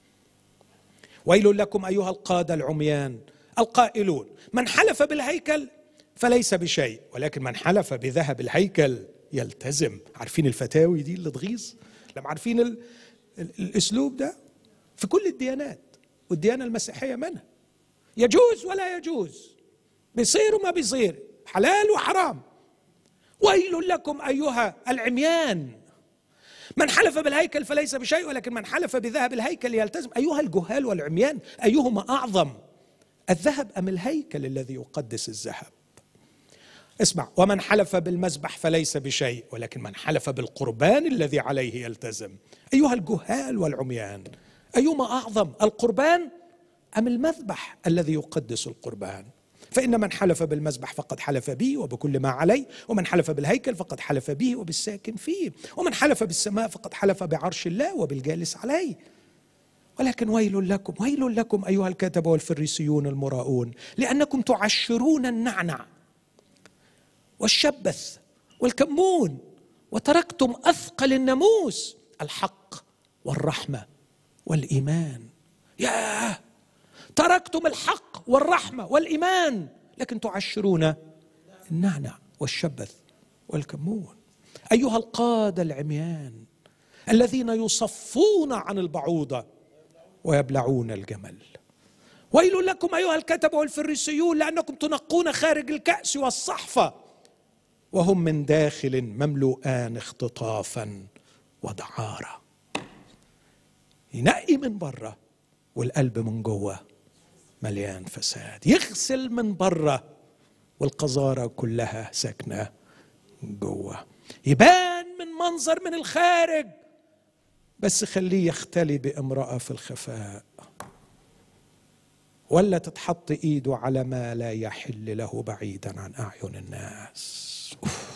ويل لكم أيها القادة العميان القائلون: من حلف بالهيكل فليس بشيء، ولكن من حلف بذهب الهيكل يلتزم. عارفين الفتاوي دي اللي تغيظ؟ لما عارفين ال... الأسلوب ده في كل الديانات، والديانة المسيحية منها، يجوز ولا يجوز، بيصير وما بيصير، حلال وحرام. ويل لكم أيها العميان، من حلف بالهيكل فليس بشيء، ولكن من حلف بذهب الهيكل يلتزم. أيها الجهال والعميان، أيهما أعظم، الذهب أم الهيكل الذي يقدس الذهب؟ اسمع: ومن حلف بالمذبح فليس بشيء، ولكن من حلف بالقربان الذي عليه يلتزم. أيها الجهال والعميان، أيهما أعظم، القربان أم المذبح الذي يقدس القربان؟ فإن من حلف بالمذبح فقد حلف بي وبكل ما عليه، ومن حلف بالهيكل فقد حلف به وبالساكن فيه، ومن حلف بالسماء فقد حلف بعرش الله وبالجالس عليه. ولكن ويل لكم ويل لكم أيها الكتبة والفريسيون المراؤون، لأنكم تعشرون النعنع والشبث والكمون وتركتم أثقل الناموس، الحق والرحمة والإيمان. ياه، تركتم الحق والرحمة والإيمان لكن تعشرون النعنع والشبث والكمون. أيها القادة العميان الذين يصفون عن البعوضة ويبلعون الجمل، ويل لكم أيها الكتبة والفريسيون، لأنكم تنقون خارج الكأس والصحفة وهم من داخل مملوءان اختطافا ودعارة. ينقي من بره والقلب من جوه مليان فساد، يغسل من بره والقذارة كلها ساكنة جوه. يبان من منظر من الخارج بس خليه يختلي بامرأة في الخفاء، ولا تتحط ايده على ما لا يحل له بعيدا عن اعين الناس. أوف.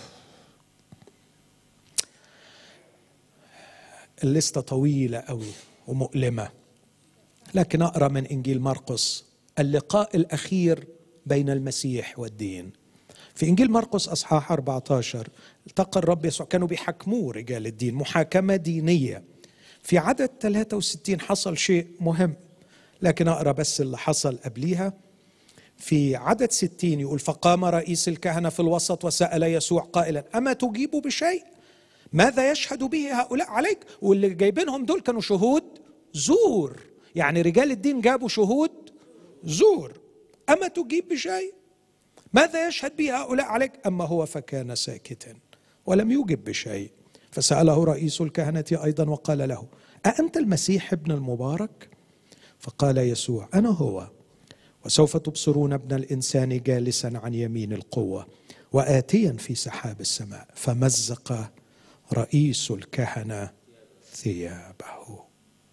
الليستة طويلة قوي ومؤلمة، لكن أقرأ من إنجيل مرقس اللقاء الأخير بين المسيح والدين. في إنجيل مرقس أصحاح أربعة عشر التقى الرب يسوع، كانوا بيحكموه رجال الدين محاكمة دينية. في عدد ثلاثة وستين حصل شيء مهم، لكن أقرأ بس اللي حصل قبليها. في عدد ستين يقول: فقام رئيس الكهنة في الوسط وسأل يسوع قائلا: أما تجيب بشيء؟ ماذا يشهد به هؤلاء عليك؟ واللي جايبينهم دول كانوا شهود زور، يعني رجال الدين جابوا شهود زور. أما تجيب بشيء؟ ماذا يشهد به هؤلاء عليك؟ أما هو فكان ساكتا ولم يجب بشيء. فسأله رئيس الكهنة أيضا وقال له: أأنت المسيح ابن المبارك؟ فقال يسوع: أنا هو، وسوف تبصرون ابن الإنسان جالسا عن يمين القوة وآتيا في سحاب السماء. فمزق رئيس الكهنة ثيابه.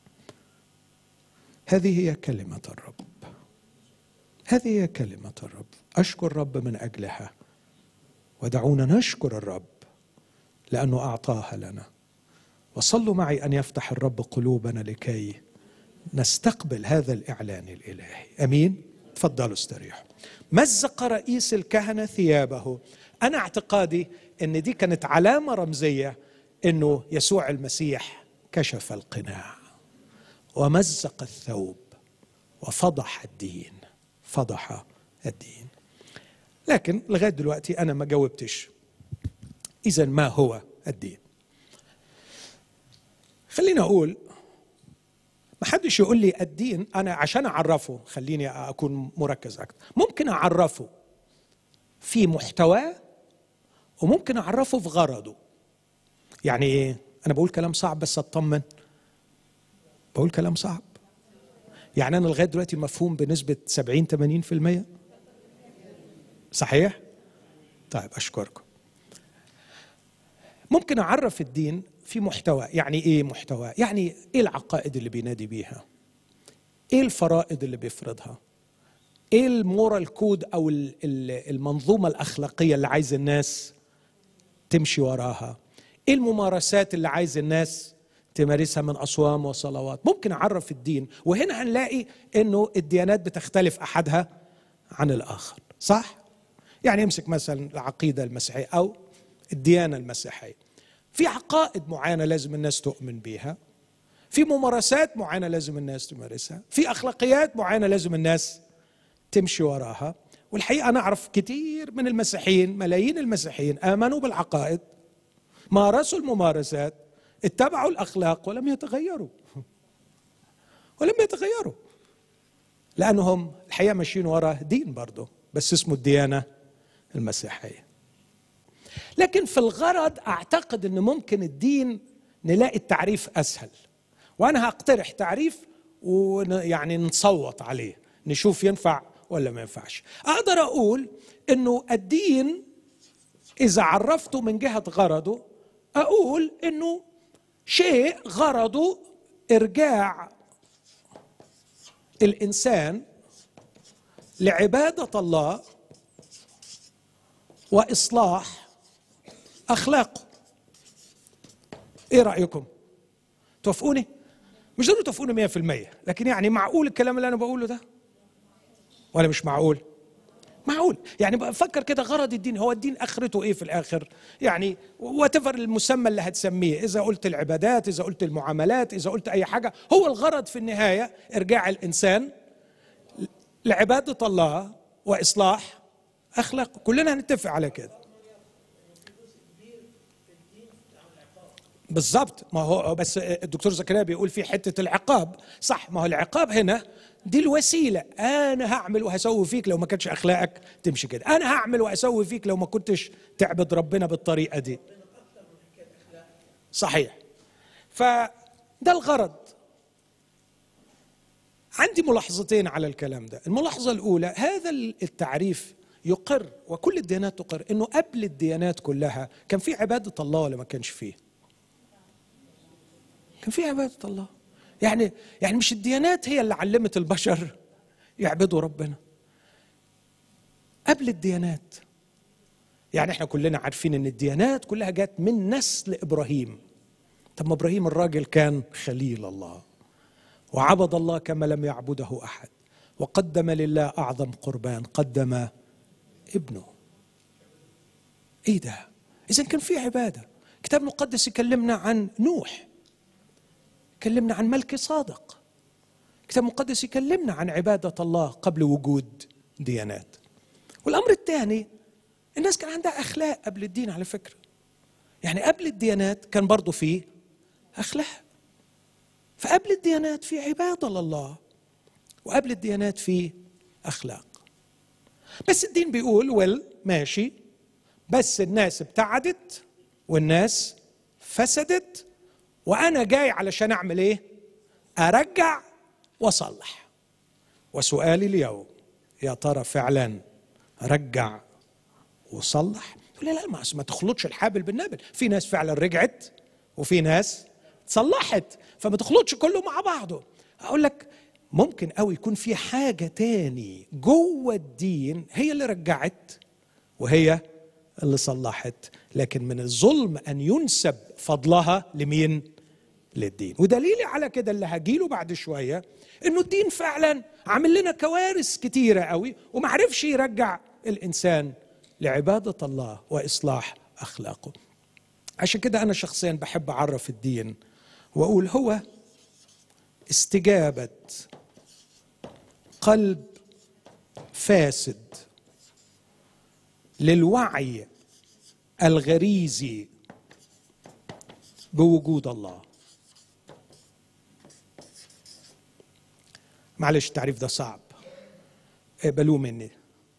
هذه هي كلمة الرب، هذه هي كلمة الرب. أشكر الرب من أجلها، ودعونا نشكر الرب لأنه أعطاها لنا. وصلوا معي أن يفتح الرب قلوبنا لكي نستقبل هذا الإعلان الإلهي. أمين. تفضلوا استريحوا. مزق رئيس الكهنة ثيابه. أنا اعتقادي أن دي كانت علامة رمزية أنه يسوع المسيح كشف القناع ومزق الثوب وفضح الدين، فضح الدين. لكن لغاية دلوقتي أنا ما جاوبتش إذن ما هو الدين؟ خليني أقول، ما حدش يقول لي الدين أنا عشان أعرفه، خليني أكون مركز أكتر. ممكن أعرفه في محتواه وممكن أعرفه في غرضه. يعني إيه؟ أنا بقول كلام صعب بس أطمن، بقول كلام صعب. يعني أنا لغاية دلوقتي مفهوم بنسبة سبعين ثمانين في المية. صحيح؟ طيب أشكركم. ممكن أعرف الدين في محتوى. يعني إيه محتوى؟ يعني إيه العقائد اللي بينادي بيها؟ إيه الفرائض اللي بيفرضها؟ إيه المورال كود أو المنظومة الأخلاقية اللي عايز الناس تمشي وراها؟ إيه الممارسات اللي عايز الناس تمارسها من أصوام وصلوات؟ ممكن أعرف الدين، وهنا هنلاقي إنه الديانات بتختلف أحدها عن الآخر، صح؟ يعني يمسك مثلا العقيدة المسيحية أو الديانة المسيحية، في عقائد معينة لازم الناس تؤمن بيها، في ممارسات معينة لازم الناس تمارسها، في أخلاقيات معينة لازم الناس تمشي وراها. والحقيقة أنا أعرف كتير من المسيحيين، ملايين المسيحيين آمنوا بالعقائد، مارسوا الممارسات، اتبعوا الأخلاق ولم يتغيروا ولم يتغيروا لأنهم الحقيقة ماشيين ورا دين برضه بس اسمه الديانة المسيحية. لكن في الغرض أعتقد أن ممكن الدين نلاقي التعريف أسهل، وأنا هقترح تعريف ويعني نصوت عليه نشوف ينفع ولا ما ينفعش. أقدر أقول أنه الدين إذا عرفته من جهة غرضه، أقول أنه شيء غرضه إرجاع الإنسان لعبادة الله وإصلاح أخلاقه. إيه رأيكم؟ توافقوني؟ مش ضروري توافقوني مية في المية، لكن يعني معقول الكلام اللي أنا بقوله ده؟ ولا مش معقول؟ معقول. يعني بفكر كده، غرض الدين، هو الدين آخرته إيه في الآخر؟ يعني واتفر المسمى اللي هتسميه، إذا قلت العبادات، إذا قلت المعاملات، إذا قلت أي حاجة، هو الغرض في النهاية إرجاع الإنسان لعبادة الله وإصلاح أخلاقه. كلنا هنتفق على كده. بالضبط. ما هو بس الدكتور زكريا بيقول في حتة العقاب، صح. ما هو العقاب هنا دي الوسيلة. أنا هعمل وهسوي فيك لو ما كانتش أخلاقك تمشي كده، أنا هعمل وأسوي فيك لو ما كنتش تعبد ربنا بالطريقة دي. صحيح. فده الغرض. عندي ملاحظتين على الكلام ده. الملاحظة الأولى، هذا التعريف يقر، وكل الديانات تقر، إنه قبل الديانات كلها كان في عبادة الله ولا ما كانش فيه؟ كان في عبادة الله. يعني يعني مش الديانات هي اللي علمت البشر يعبدوا ربنا. قبل الديانات، يعني احنا كلنا عارفين ان الديانات كلها جات من نسل ابراهيم. طب ما ابراهيم الراجل كان خليل الله، وعبد الله كما لم يعبده احد، وقدم لله اعظم قربان، قدم ابنه. ايه ده؟ اذا كان في عباده. الكتاب المقدس يكلمنا عن نوح، يكلمنا عن ملك صادق. الكتاب المقدس يكلمنا عن عبادة الله قبل وجود ديانات. والأمر الثاني، الناس كان عندها أخلاق قبل الدين على فكرة. يعني قبل الديانات كان برضو فيه أخلاق. فقبل الديانات في عبادة لله، وقبل الديانات في أخلاق. بس الدين بيقول ويل ماشي، بس الناس ابتعدت والناس فسدت، وأنا جاي علشان أعمل إيه؟ أرجع وأصلح. وسؤالي اليوم، يا ترى فعلا رجع وصلح؟ لا لا، ما تخلطش الحابل بالنابل. في ناس فعلا رجعت وفي ناس صلحت، فما تخلطش كله مع بعضه. أقول لك ممكن قوي يكون في حاجة تاني جوه الدين هي اللي رجعت وهي اللي صلحت، لكن من الظلم أن ينسب فضلها لمين؟ للدين. ودليلي على كده اللي هجيله بعد شوية، إنه الدين فعلا عامل لنا كوارث كتيرة قوي وما عرفش يرجع الإنسان لعبادة الله وإصلاح أخلاقه. عشان كده أنا شخصيا بحب أعرف الدين وأقول هو استجابة قلب فاسد للوعي الغريزي بوجود الله. معلش التعريف ده صعب، اقبلوه مني.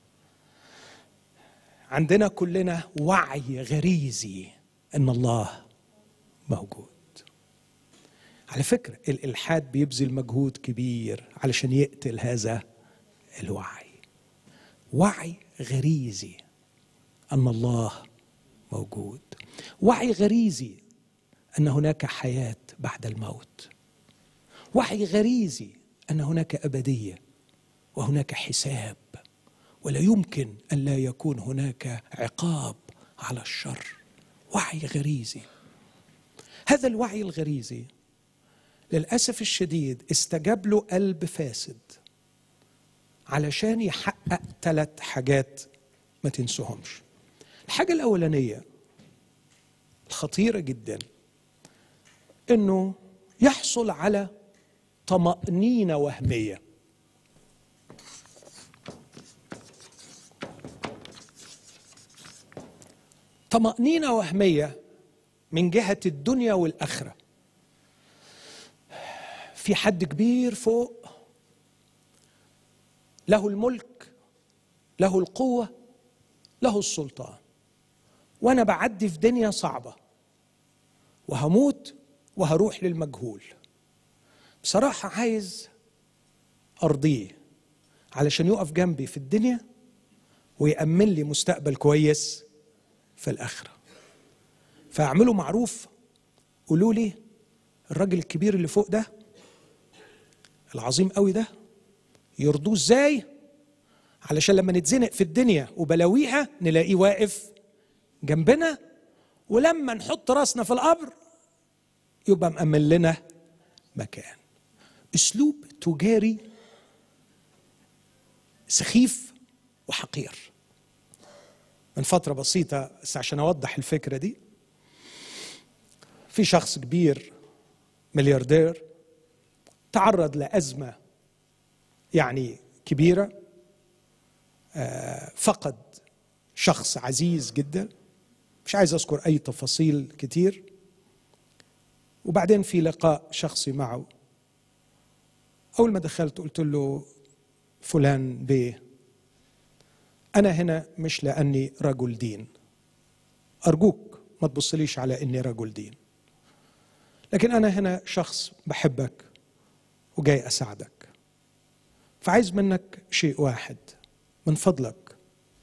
عندنا كلنا وعي غريزي ان الله موجود. على فكرة الإلحاد بيبذل مجهود كبير علشان يقتل هذا الوعي. وعي غريزي أن الله موجود، وعي غريزي أن هناك حياة بعد الموت، وعي غريزي أن هناك أبدية وهناك حساب، ولا يمكن أن لا يكون هناك عقاب على الشر. وعي غريزي. هذا الوعي الغريزي للأسف الشديد استجاب له قلب فاسد علشان يحقق ثلاث حاجات ما تنسوهمش. الحاجة الأولانية الخطيرة جدا، إنه يحصل على طمأنينة وهمية. طمأنينة وهمية من جهة الدنيا والآخرة. في حد كبير فوق له الملك، له القوة، له السلطان، وأنا بعدي في دنيا صعبة وهموت وهروح للمجهول. بصراحة عايز أرضيه علشان يقف جنبي في الدنيا ويأمن لي مستقبل كويس في الآخرة. فأعملوا معروف، قولوا لي الراجل الكبير اللي فوق ده العظيم قوي ده يرضوه ازاي؟ علشان لما نتزنق في الدنيا وبلاويها نلاقيه واقف جنبنا، ولما نحط راسنا في القبر يبقى مأمن لنا مكان. اسلوب تجاري سخيف وحقير. من فترة بسيطة بس عشان أوضح الفكرة دي، في شخص كبير ملياردير تعرض لأزمة يعني كبيرة، فقد شخص عزيز جدا، مش عايز أذكر أي تفاصيل كتير. وبعدين في لقاء شخصي معه، أول ما دخلت قلت له فلان بيه، أنا هنا مش لأني رجل دين، أرجوك ما تبصليش على أني رجل دين، لكن أنا هنا شخص بحبك وجاي أساعدك، فعايز منك شيء واحد، من فضلك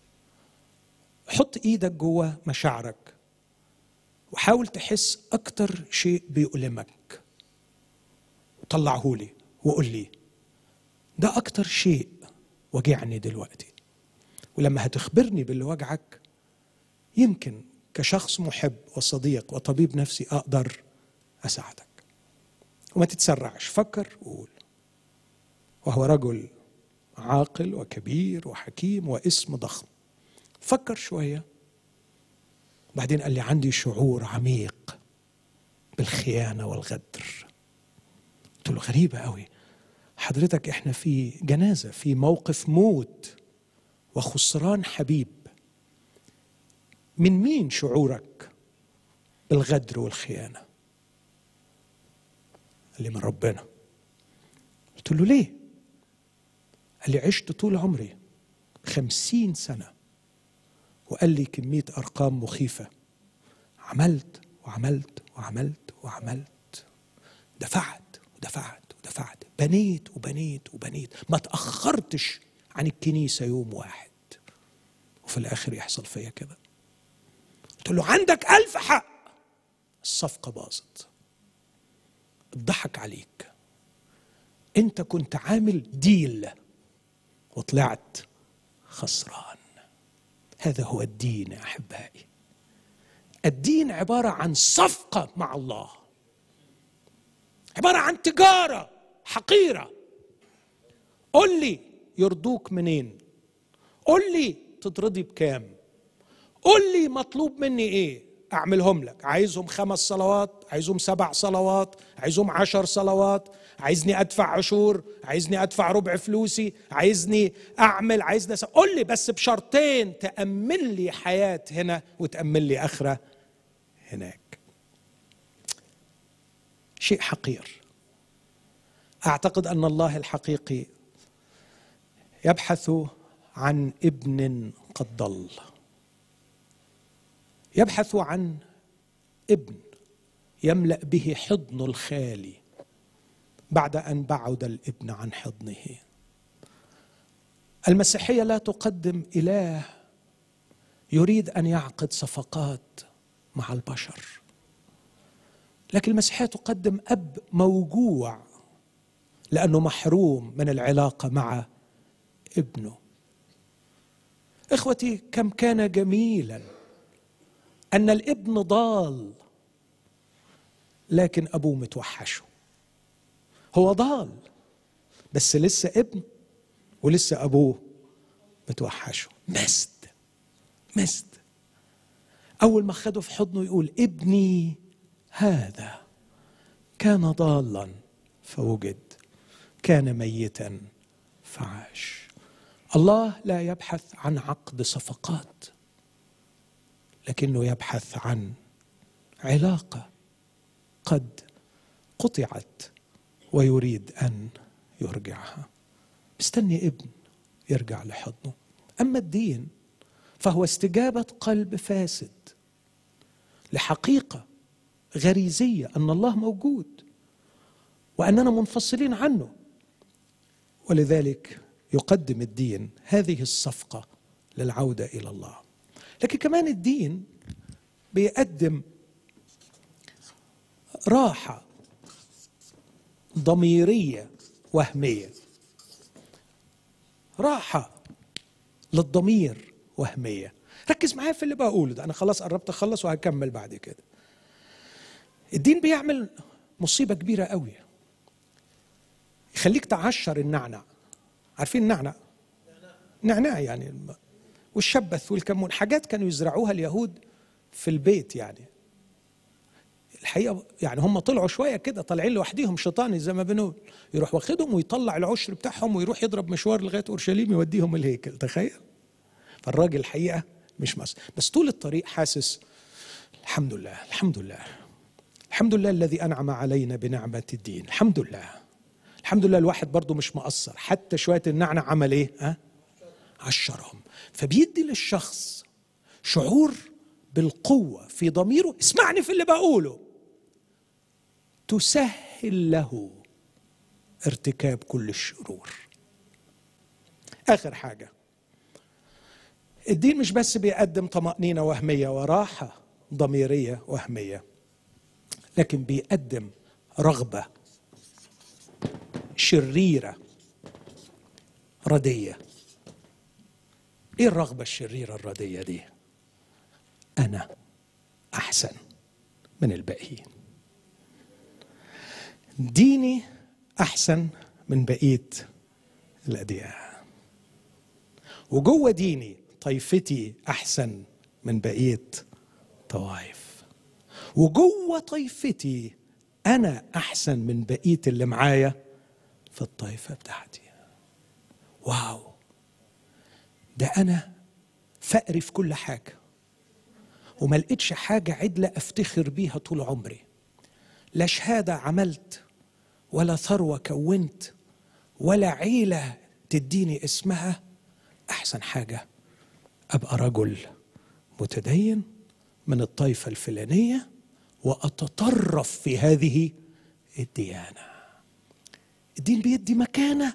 حط إيدك جوه مشاعرك وحاول تحس أكتر شيء بيؤلمك وطلعه لي وقول لي ده أكتر شيء وجعني دلوقتي، ولما هتخبرني باللي وجعك يمكن كشخص محب وصديق وطبيب نفسي أقدر أساعدك. وما تتسرعش، فكر وقول. وهو رجل عاقل وكبير وحكيم واسم ضخم، فكر شوية. بعدين قال لي عندي شعور عميق بالخيانة والغدر. قلت له غريبة قوي حضرتك، احنا في جنازة، في موقف موت وخسران حبيب، من مين شعورك بالغدر والخيانة؟ قال لي من ربنا. قلت له ليه؟ قال لي عشت طول عمري خمسين سنة، وقال لي كمية أرقام مخيفة، عملت وعملت وعملت وعملت، دفعت ودفعت ودفعت، بنيت وبنيت وبنيت، ما تأخرتش عن الكنيسة يوم واحد، وفي الآخر يحصل فيا كده. قلت له عندك ألف حق، الصفقة باظت، اتضحك عليك، انت كنت عامل ديل وطلعت خسران. هذا هو الدين يا أحبائي. الدين عبارة عن صفقة مع الله، عبارة عن تجارة حقيرة. قل لي يرضوك منين، قل لي تترضي بكام، قل لي مطلوب مني ايه اعملهم لك. عايزهم خمس صلوات، عايزهم سبع صلوات، عايزهم عشر صلوات، عايزني ادفع عشور، عايزني ادفع ربع فلوسي، عايزني اعمل، عايزني أسأل. قل لي بس بشرطين، تأمن لي حياة هنا وتأمن لي آخرة هناك. شيء حقير. أعتقد أن الله الحقيقي يبحث عن ابن قد ضل، يبحث عن ابن يملأ به حضن الخالي بعد أن بعد الابن عن حضنه. المسيحية لا تقدم إله يريد أن يعقد صفقات مع البشر، لكن المسيحية تقدم أب موجوع لأنه محروم من العلاقة مع ابنه. إخوتي، كم كان جميلا أن الابن ضال لكن أبوه متوحشه. هو ضال بس لسه ابن ولسه أبوه متوحشه. مسد مسد. أول ما خده في حضنه يقول ابني هذا كان ضالا فوجد، كان ميتا فعاش. الله لا يبحث عن عقد صفقات، لكنه يبحث عن علاقة قد قطعت ويريد أن يرجعها. مستني ابن يرجع لحضنه. أما الدين فهو استجابة قلب فاسد لحقيقة غريزية أن الله موجود وأننا منفصلين عنه، ولذلك يقدم الدين هذه الصفقة للعودة إلى الله. لكن كمان الدين بيقدم راحة ضميرية وهمية. راحة للضمير وهمية. ركز معايا في اللي بقوله ده، أنا خلاص قربت أخلص وهكمل بعد كده. الدين بيعمل مصيبة كبيرة قوي، يخليك تعشر النعنع. عارفين النعنع؟ نعناع يعني، والشبث والكمون، حاجات كانوا يزرعوها اليهود في البيت. يعني الحقيقة يعني هم طلعوا شوية كده، طالعين لوحديهم شيطاني زي ما بنقول، يروح واخدهم ويطلع العشر بتاعهم ويروح يضرب مشوار لغاية أورشليم يوديهم الهيكل. تخيل. فالراجل الحقيقة مش مصر، بس طول الطريق حاسس الحمد لله الحمد لله الحمد لله الذي أنعم علينا بنعمة الدين. الحمد لله الحمد لله. الواحد برضو مش مقصر، حتى شوية النعنع عمل ايه؟ ها؟ عشرهم. فبيدي للشخص شعور بالقوة في ضميره. اسمعني في اللي بقوله. تسهل له ارتكاب كل الشرور. آخر حاجة، الدين مش بس بيقدم طمأنينة وهمية وراحة ضميرية وهمية، لكن بيقدم رغبة شريرة ردية. ايه الرغبة الشريرة الردية دي؟ أنا أحسن من الباقيين، ديني أحسن من بقية الأديان، وجوه ديني طائفتي أحسن من بقية طوائف، وجوه طائفتي أنا أحسن من بقية اللي معايا في الطائفة بتاعتي. واو، ده أنا فقري في كل حاجة، وما لقيتش حاجة عدلة أفتخر بيها طول عمري، لا شهادة عملت ولا ثروة كونت ولا عيلة تديني اسمها. أحسن حاجة أبقى رجل متدين من الطائفة الفلانية وأتطرف في هذه الديانة. الدين بيدي مكانة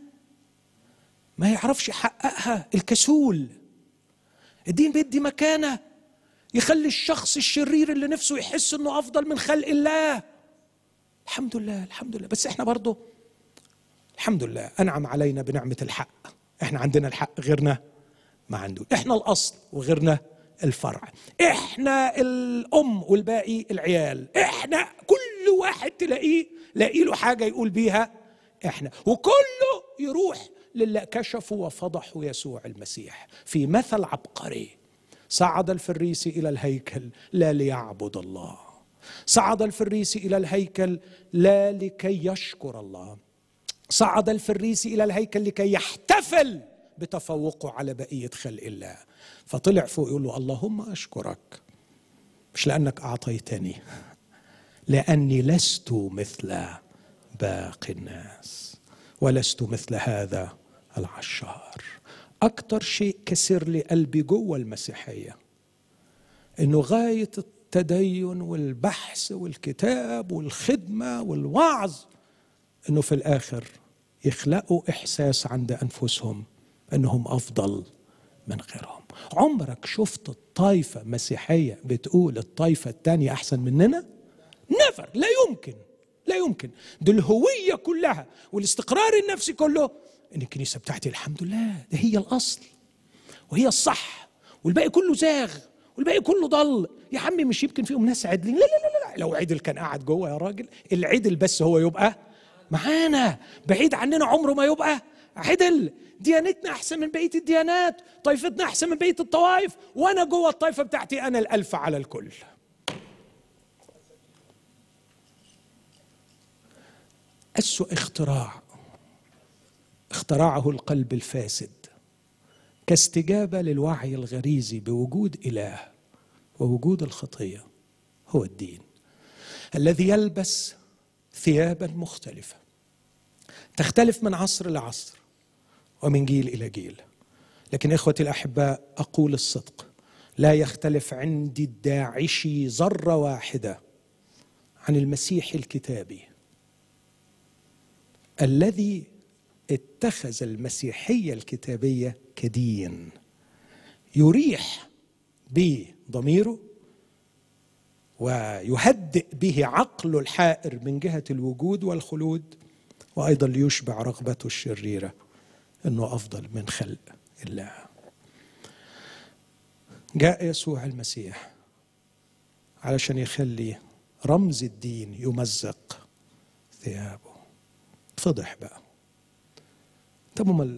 ما يعرفش يحققها الكسول. الدين بيدي مكانة يخلي الشخص الشرير اللي نفسه يحس انه افضل من خلق الله. الحمد لله الحمد لله. بس احنا برضو الحمد لله انعم علينا بنعمة الحق. احنا عندنا الحق، غيرنا ما عنده. احنا الاصل وغيرنا الفرع. احنا الام والباقي العيال. احنا كل واحد تلاقيه لاقي له حاجة يقول بيها احنا، وكله يروح للي كشفوا وفضحوا يسوع المسيح. في مثل عبقري: صعد الفريسي إلى الهيكل لا ليعبد الله، صعد الفريسي إلى الهيكل لا لكي يشكر الله، صعد الفريسي إلى الهيكل لكي يحتفل بتفوقه على بقية خلق الله. فطلع فوق يقول له: اللهم أشكرك، مش لأنك أعطيتني، لأني لست مثل باقي الناس ولست مثل هذا العشار. أكتر شيء كسر لي قلبي جوه المسيحية إنه غاية التدين والبحث والكتاب والخدمة والوعظ إنه في الآخر يخلقوا إحساس عند أنفسهم إنهم أفضل من غيرهم. عمرك شفت الطائفة مسيحية بتقول الطائفة التانية أحسن مننا؟ نفر، لا يمكن لا يمكن. دي الهوية كلها والاستقرار النفسي كله إن الكنيسة بتاعتي الحمد لله ده هي الأصل وهي الصح، والباقي كله زاغ والباقي كله ضل. يا عمي مش يمكن فيهم ناس عدلين؟ لا لا لا لا. لو عدل كان قاعد جوه يا راجل. العدل بس هو يبقى معانا، بعيد عننا عمره ما يبقى عدل. ديانتنا أحسن من بقية الديانات، طائفتنا أحسن من بقية الطوائف، وأنا جوه الطائفة بتاعتي أنا الألف على الكل. أسوأ اختراع اخترعه القلب الفاسد كاستجابة للوعي الغريزي بوجود إله ووجود الخطية هو الدين الذي يلبس ثيابا مختلفة تختلف من عصر لعصر ومن جيل إلى جيل. لكن إخوتي الأحباء، أقول الصدق، لا يختلف عندي الداعشي ذرة واحدة عن المسيح الكتابي الذي اتخذ المسيحية الكتابية كدين يريح به ضميره ويهدئ به عقله الحائر من جهة الوجود والخلود، وأيضا ليشبع رغبته الشريرة أنه أفضل من خلق الله. جاء يسوع المسيح علشان يخلي رمز الدين يمزق ثيابه. فضح بقى. طب امال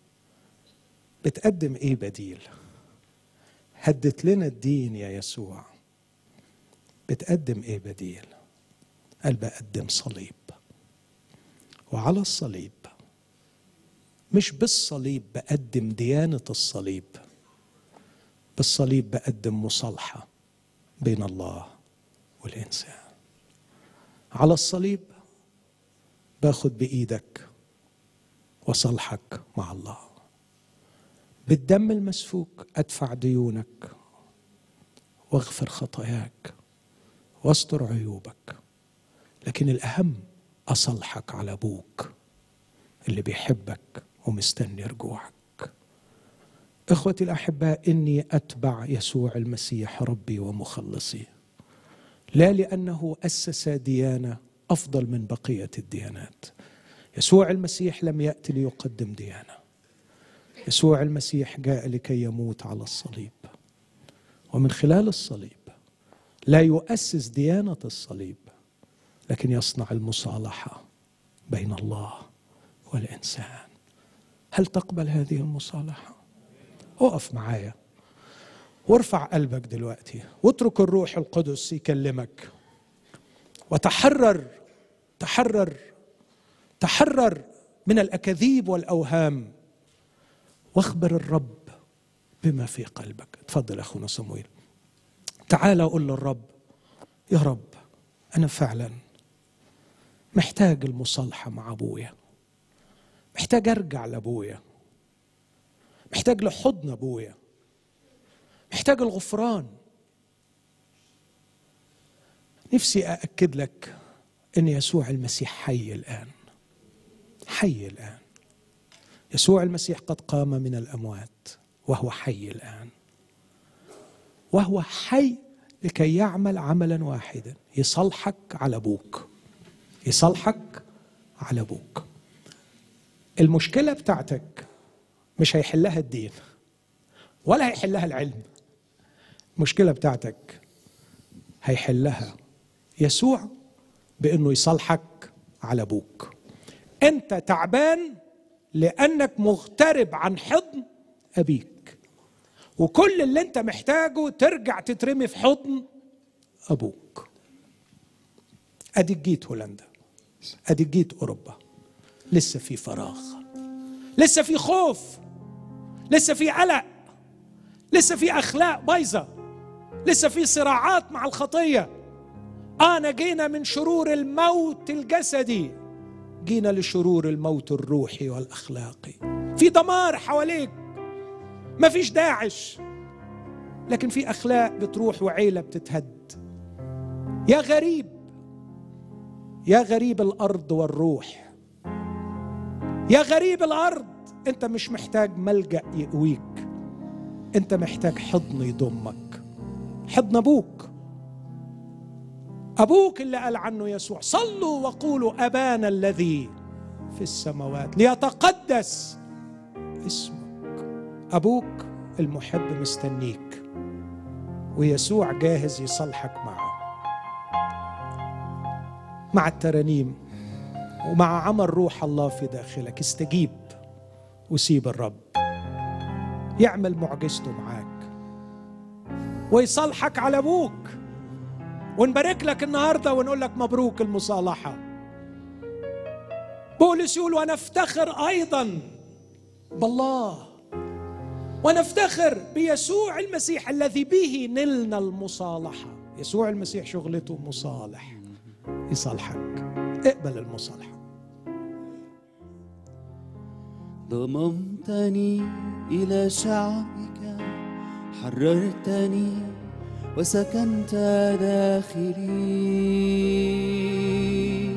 بتقدم ايه بديل؟ هدت لنا الدين يا يسوع، بتقدم ايه بديل؟ قال بقدم صليب، وعلى الصليب مش بالصليب بقدم ديانة الصليب، بالصليب بقدم مصالحة بين الله والإنسان. على الصليب باخد بإيدك وصالحك مع الله، بالدم المسفوك أدفع ديونك واغفر خطاياك واستر عيوبك، لكن الأهم أصالحك على أبوك اللي بيحبك ومستني رجوعك. إخوتي الأحباء، إني أتبع يسوع المسيح ربي ومخلصي، لا لأنه أسس ديانة أفضل من بقية الديانات. يسوع المسيح لم يأتي ليقدم ديانة، يسوع المسيح جاء لكي يموت على الصليب، ومن خلال الصليب لا يؤسس ديانة الصليب، لكن يصنع المصالحة بين الله والإنسان. هل تقبل هذه المصالحة؟ اقف معايا وارفع قلبك دلوقتي واترك الروح القدس يكلمك، وتحرر تحرر تحرر من الأكاذيب والأوهام، واخبر الرب بما في قلبك. تفضل أخونا صمويل. تعال أقول للرب: يا رب، أنا فعلا محتاج المصالحة مع أبويا، محتاج أرجع لأبويا، محتاج لحضن أبويا، محتاج الغفران. نفسي أأكد لك أن يسوع المسيح حي الآن، حي الآن. يسوع المسيح قد قام من الأموات وهو حي الآن، وهو حي لكي يعمل عملا واحدا: يصالحك على أبوك، يصالحك على أبوك. المشكلة بتاعتك مش هيحلها الدين ولا هيحلها العلم، المشكلة بتاعتك هيحلها يسوع بأنه يصالحك على أبوك. أنت تعبان لأنك مغترب عن حضن أبيك، وكل اللي أنت محتاجه ترجع تترمي في حضن أبوك. أديك جيت هولندا، أديك جيت أوروبا، لسه في فراغ، لسه في خوف، لسه في قلق، لسه في أخلاق بايظة، لسه في صراعات مع الخطية. أنا جينا من شرور الموت الجسدي، جينا لشرور الموت الروحي والأخلاقي. في دمار حواليك، ما فيش داعش، لكن في أخلاق بتروح وعيلة بتتهد. يا غريب، يا غريب الأرض والروح، يا غريب الأرض، أنت مش محتاج ملجأ يقويك، أنت محتاج حضن يضمك، حضن أبوك. أبوك اللي قال عنه يسوع: صلوا وقولوا أبانا الذي في السماوات ليتقدس اسمك. أبوك المحب مستنيك، ويسوع جاهز يصالحك معه، مع الترانيم ومع عمل روح الله في داخلك. استجيب وسيب الرب يعمل معجزته معاك ويصالحك على أبوك. ونبارك لك النهاردة ونقول لك مبروك المصالحة. بولس يقول: ونفتخر أيضا بالله، ونفتخر بيسوع المسيح الذي به نلنا المصالحة. يسوع المسيح شغلته مصالح، يصالحك. اقبل المصالحة. ضممتني إلى شعبك، حررتني وسكنت داخلي.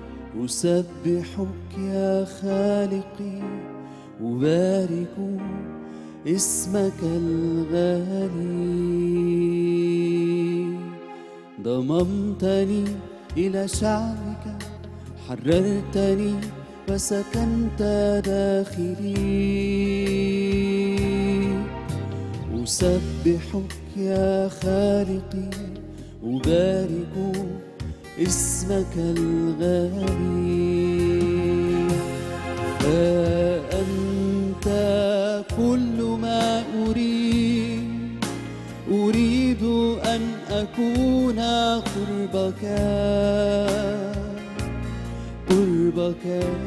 أسبحك يا خالقي، أبارك اسمك الغالي. ضممتني إلى شعبك، حررتني فسكنت داخلي. أسبحك يا خالقي، أبارك اسمك الغالي. فأنت كل ما أريد، أريد أن أكون قربك قربك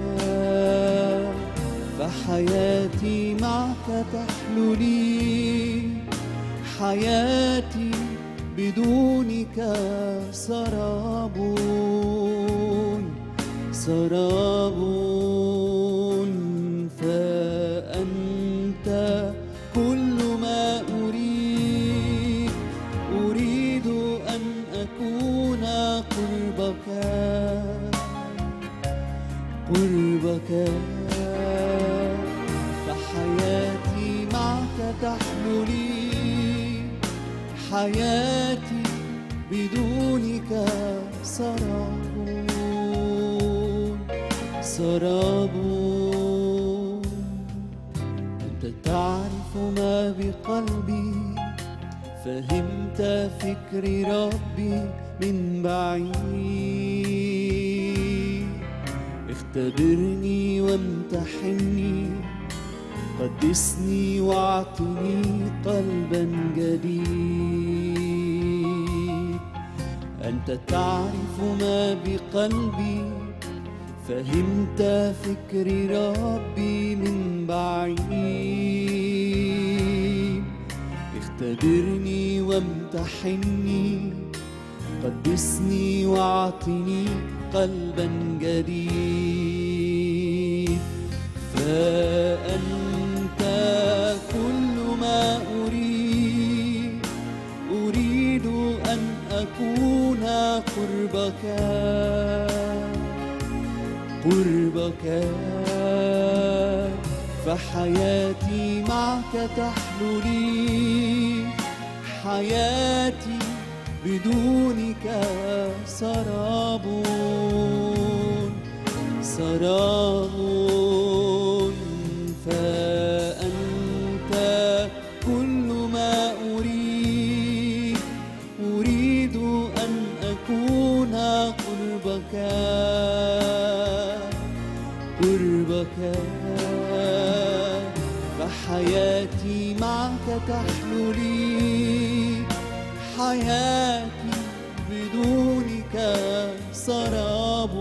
فحياتي معك تحلو لي، حياتي بدونك سراب سراب. فأنت كل ما أريد، أريد أن أكون قربك قربك فحياتي معك تحلو لي، حياتي بدونك سراب سراب. أنت تعرف ما بقلبي، فهمت فكر ربي من بعيد. اختبرني وامتحني، قدسني واعطني قلبا جديد. أنت تعرف ما بقلبي، فهمت فكر ربي من بعيد. اختبرني وامتحني، قدسني واعطني قلبا جديد. فأنت كل ما أريد، أريد أن أكون قربك قربك فحياتي معك تحلو لي، حياتي بدونك سراب سراب. فأنت كل ما أريد، أريد أن أكون قربك قربك فحياتي معك تحلو لي، حياتي بدونك سراب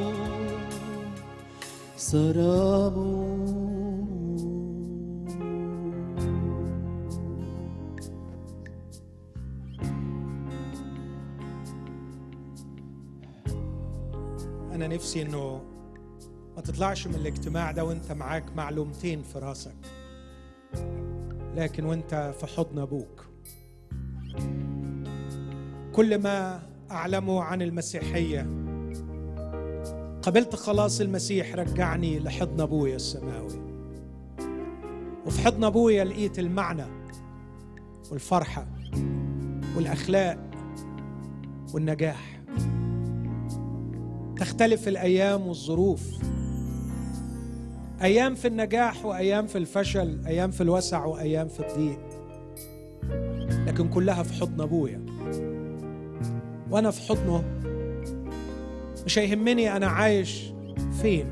سراب. أنا نفسي إنه ما تطلعش من الاجتماع ده وانت معاك معلومتين في راسك، لكن وانت في حضن أبوك. كل ما أعلمه عن المسيحية، قبلت خلاص المسيح رجعني لحضن أبويا السماوي، وفي حضن أبويا لقيت المعنى والفرحة والأخلاق والنجاح. تختلف الأيام والظروف، أيام في النجاح وأيام في الفشل، أيام في الوسع وأيام في الضيق، لكن كلها في حضن أبويا. وأنا في حضنه مش هيهمني أنا عايش فين،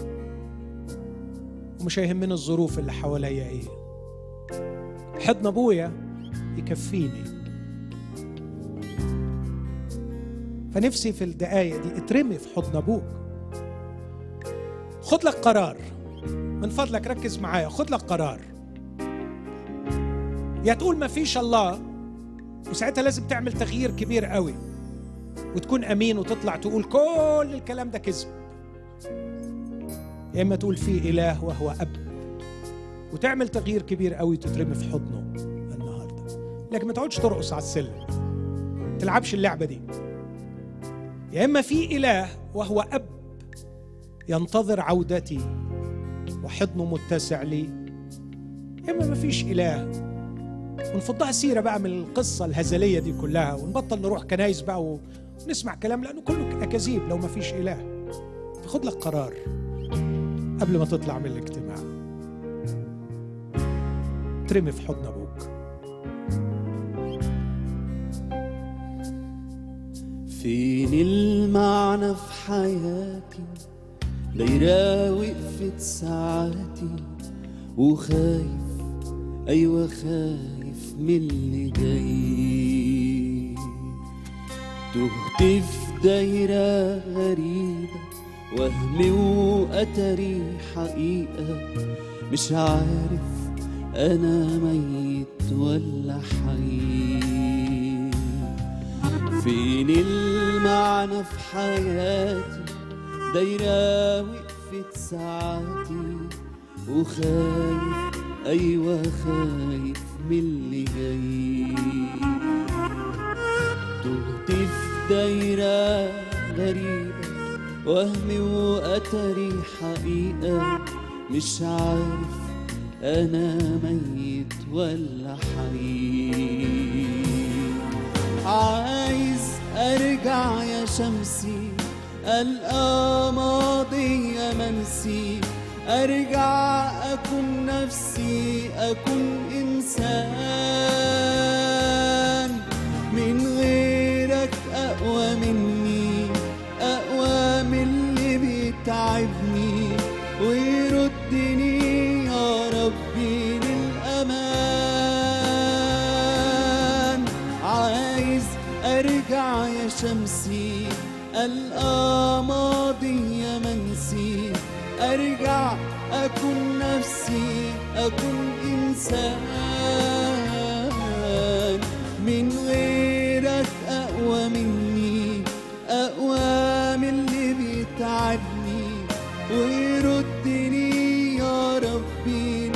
ومش هيهمني الظروف اللي حواليا إيه. حضن أبويا يكفيني. فنفسي في الدقايق دي اترمي في حضن أبوك. خد لك قرار من فضلك، ركز معايا. خد لك قرار، يا تقول ما فيش الله، وساعتها لازم تعمل تغيير كبير قوي وتكون أمين وتطلع تقول كل الكلام ده كذب، يا إما تقول فيه إله وهو أب وتعمل تغيير كبير قوي تترمي في حضنه النهاردة. لكن ما تقعدش ترقص على السلم، ما تلعبش اللعبة دي. يا إما في إله وهو أب ينتظر عودتي وحضنه متسع لي، يا إما ما فيش إله ونفضها سيرة بقى من القصة الهزلية دي كلها، ونبطل نروح كنايس بقى ونسمع كلام لأنه كله أكاذيب لو ما فيش إله. فخد لك قرار، قبل ما تطلع من الاجتماع ترمي في حضن أبوك. فين المعنى في حياتي؟ دايرة وقفت ساعاتي وخايف، أيوة خايف من اللي جاي. تهت في دايرة غريبة، وهمي وأتري حقيقة، مش عارف أنا ميت ولا حي. فين المعنى في حياتي؟ دايرة وقفت ساعاتي وخايف، أيوة خايف من اللي جاي. تهت في دايرة غريبة، وهمي وأتري حقيقة، مش عارف أنا ميت ولا حي. عايز أرجع يا شمسي، ألقى ماضي منسي، أرجع أكون نفسي، أكون إنسان. من غيرك أقوى مني، أقوى من اللي بيتعبني ويردني يا ربي للأمان. عايز أرجع يا شمسي، ألقى ماضي منسي، أرجع أكون نفسي، أكون إنسان. من غيرك أقوى مني، أقوى من اللي بيتعبني ويردني يا ربي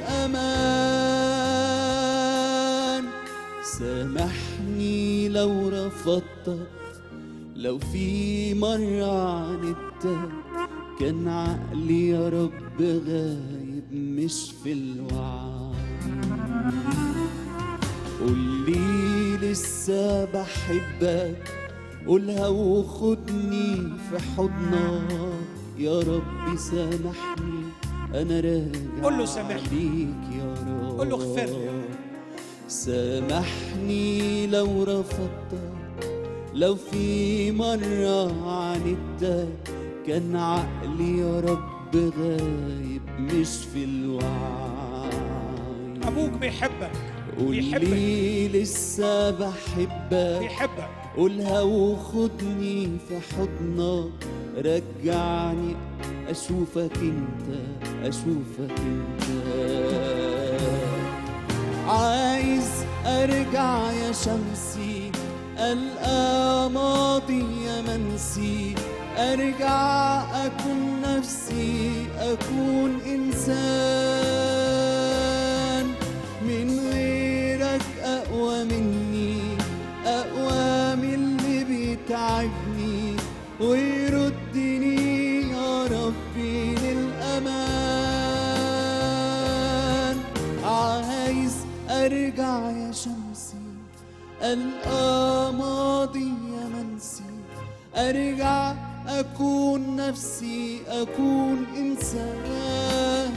للأمان. سامحني لو رفضتك، لو في مرة عاندتك، كان عقلي يا رب غايب مش في الوعي. قولي لسه بحبك، قولها وخدني في حضنك يا رب. سامحني أنا راجع، قول له سامحني ليك يا رب، قول له اغفر لي. سامحني لو رفضتك، لو في مرة عاندتك، كان عقلي يا رب غايب مش في الوعي. أبوك بيحبك، قولي لسه بحبك، بيحبك. قولها وخدني في حضنك، رجعني أشوفك أنت، أشوفك أنت. عايز أرجع يا شمسي، ألقى ماضي منسي، أرجع أكون نفسي، أكون إنسان. من غيرك أقوى مني، أقوى من اللي بيتعبني ويردني يا ربي للأمان. عايز أرجع يا شمسي، ألقى ماضي منسي، أرجع أكون نفسي، أكون إنسان.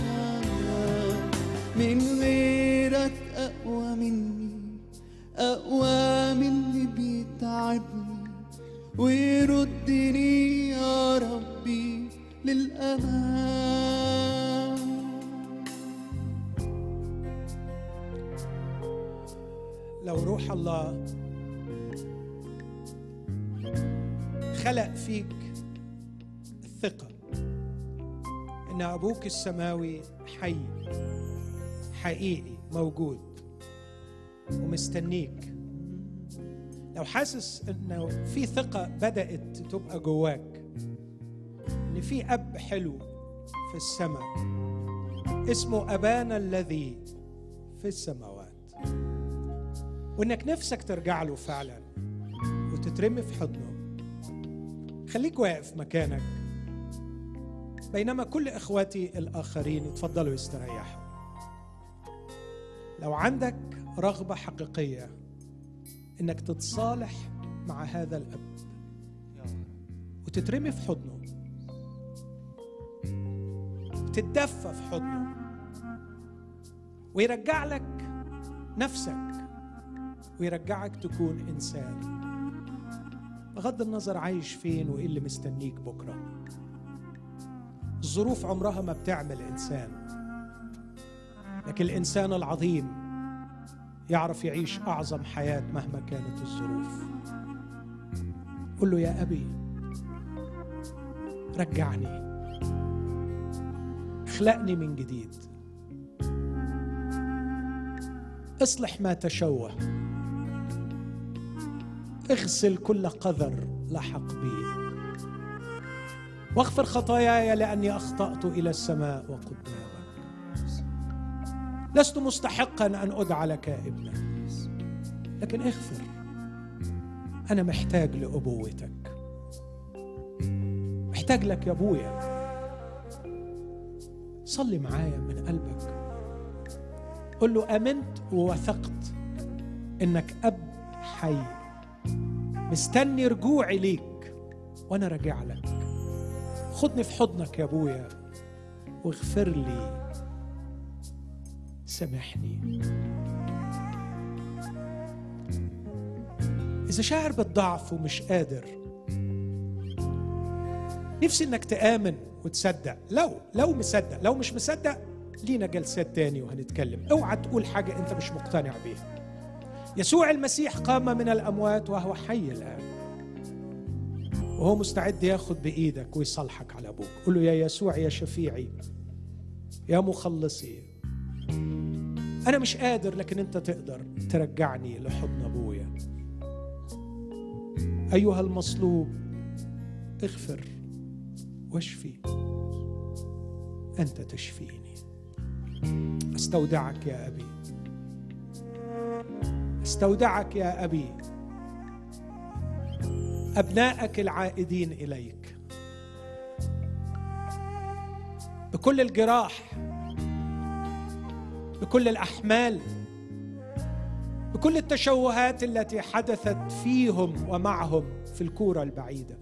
من غيرك أقوى مني، أقوى من اللي بيتعبني ويردني يا ربي للأمان. لو روح الله خلق فيك الثقة إن أبوك السماوي حي حقيقي موجود ومستنيك، لو حاسس إنه في ثقة بدأت تبقى جواك إن في أب حلو في السماء اسمه أبانا الذي في السماوات، وإنك نفسك ترجع له فعلا وتترمي في حضنه، خليك واقف مكانك بينما كل إخواتي الآخرين يتفضلوا يستريحوا. لو عندك رغبة حقيقية إنك تتصالح مع هذا الأب وتترمي في حضنه، وتتدفى في حضنه ويرجع لك نفسك ويرجعك تكون إنسان، بغض النظر عايش فين وإيه اللي مستنيك بكرة. الظروف عمرها ما بتعمل إنسان، لكن الإنسان العظيم يعرف يعيش أعظم حياة مهما كانت الظروف. قل له يا أبي رجعني، اخلقني من جديد، اصلح ما تشوه، اغسل كل قذر لحق بي، واغفر خطاياي لأني أخطأت إلى السماء وقدامك. لست مستحقا أن أدعى لك ابنا، لكن اغفر، أنا محتاج لأبوتك، محتاج لك يا أبويا. صلي معايا من قلبك، قل له آمنت ووثقت إنك أب حي مستني رجوعي ليك، وأنا راجع لك. خدني في حضنك يا أبويا واغفر لي، سامحني. إذا شاعر بالضعف ومش قادر، نفسي إنك تآمن وتصدق. لو لو مصدق، لو مش مصدق لينا جلسات تاني وهنتكلم. اوعى تقول حاجة أنت مش مقتنع بيها. يسوع المسيح قام من الأموات وهو حي الآن، وهو مستعد ياخد بإيدك ويصلحك على أبوك. قل له يا يسوع يا شفيعي يا مخلصي، أنا مش قادر لكن أنت تقدر ترجعني لحضن أبويا. أيها المصلوب اغفر واشفي، أنت تشفيني. أستودعك يا أبي، أستودعك يا أبي أبنائك العائدين إليك بكل الجراح، بكل الأحمال، بكل التشوهات التي حدثت فيهم ومعهم في الكورة البعيدة،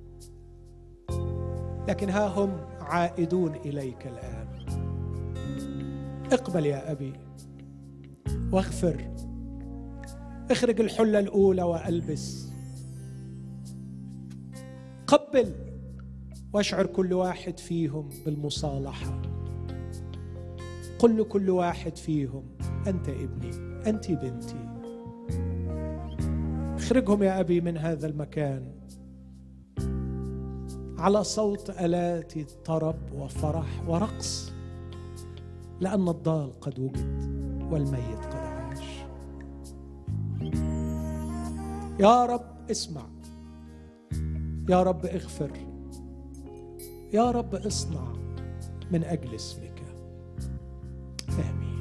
لكن ها هم عائدون إليك الآن. اقبل يا أبي واغفر، اخرج الحلة الأولى وألبس، قبل واشعر كل واحد فيهم بالمصالحة. قل لكل واحد فيهم أنت ابني، أنت بنتي. اخرجهم يا أبي من هذا المكان على صوت آلات طرب وفرح ورقص، لأن الضال قد وجد والميت قد عاش. يا رب اسمع، يا رب اغفر، يا رب اصنع من أجل اسمك. آمين.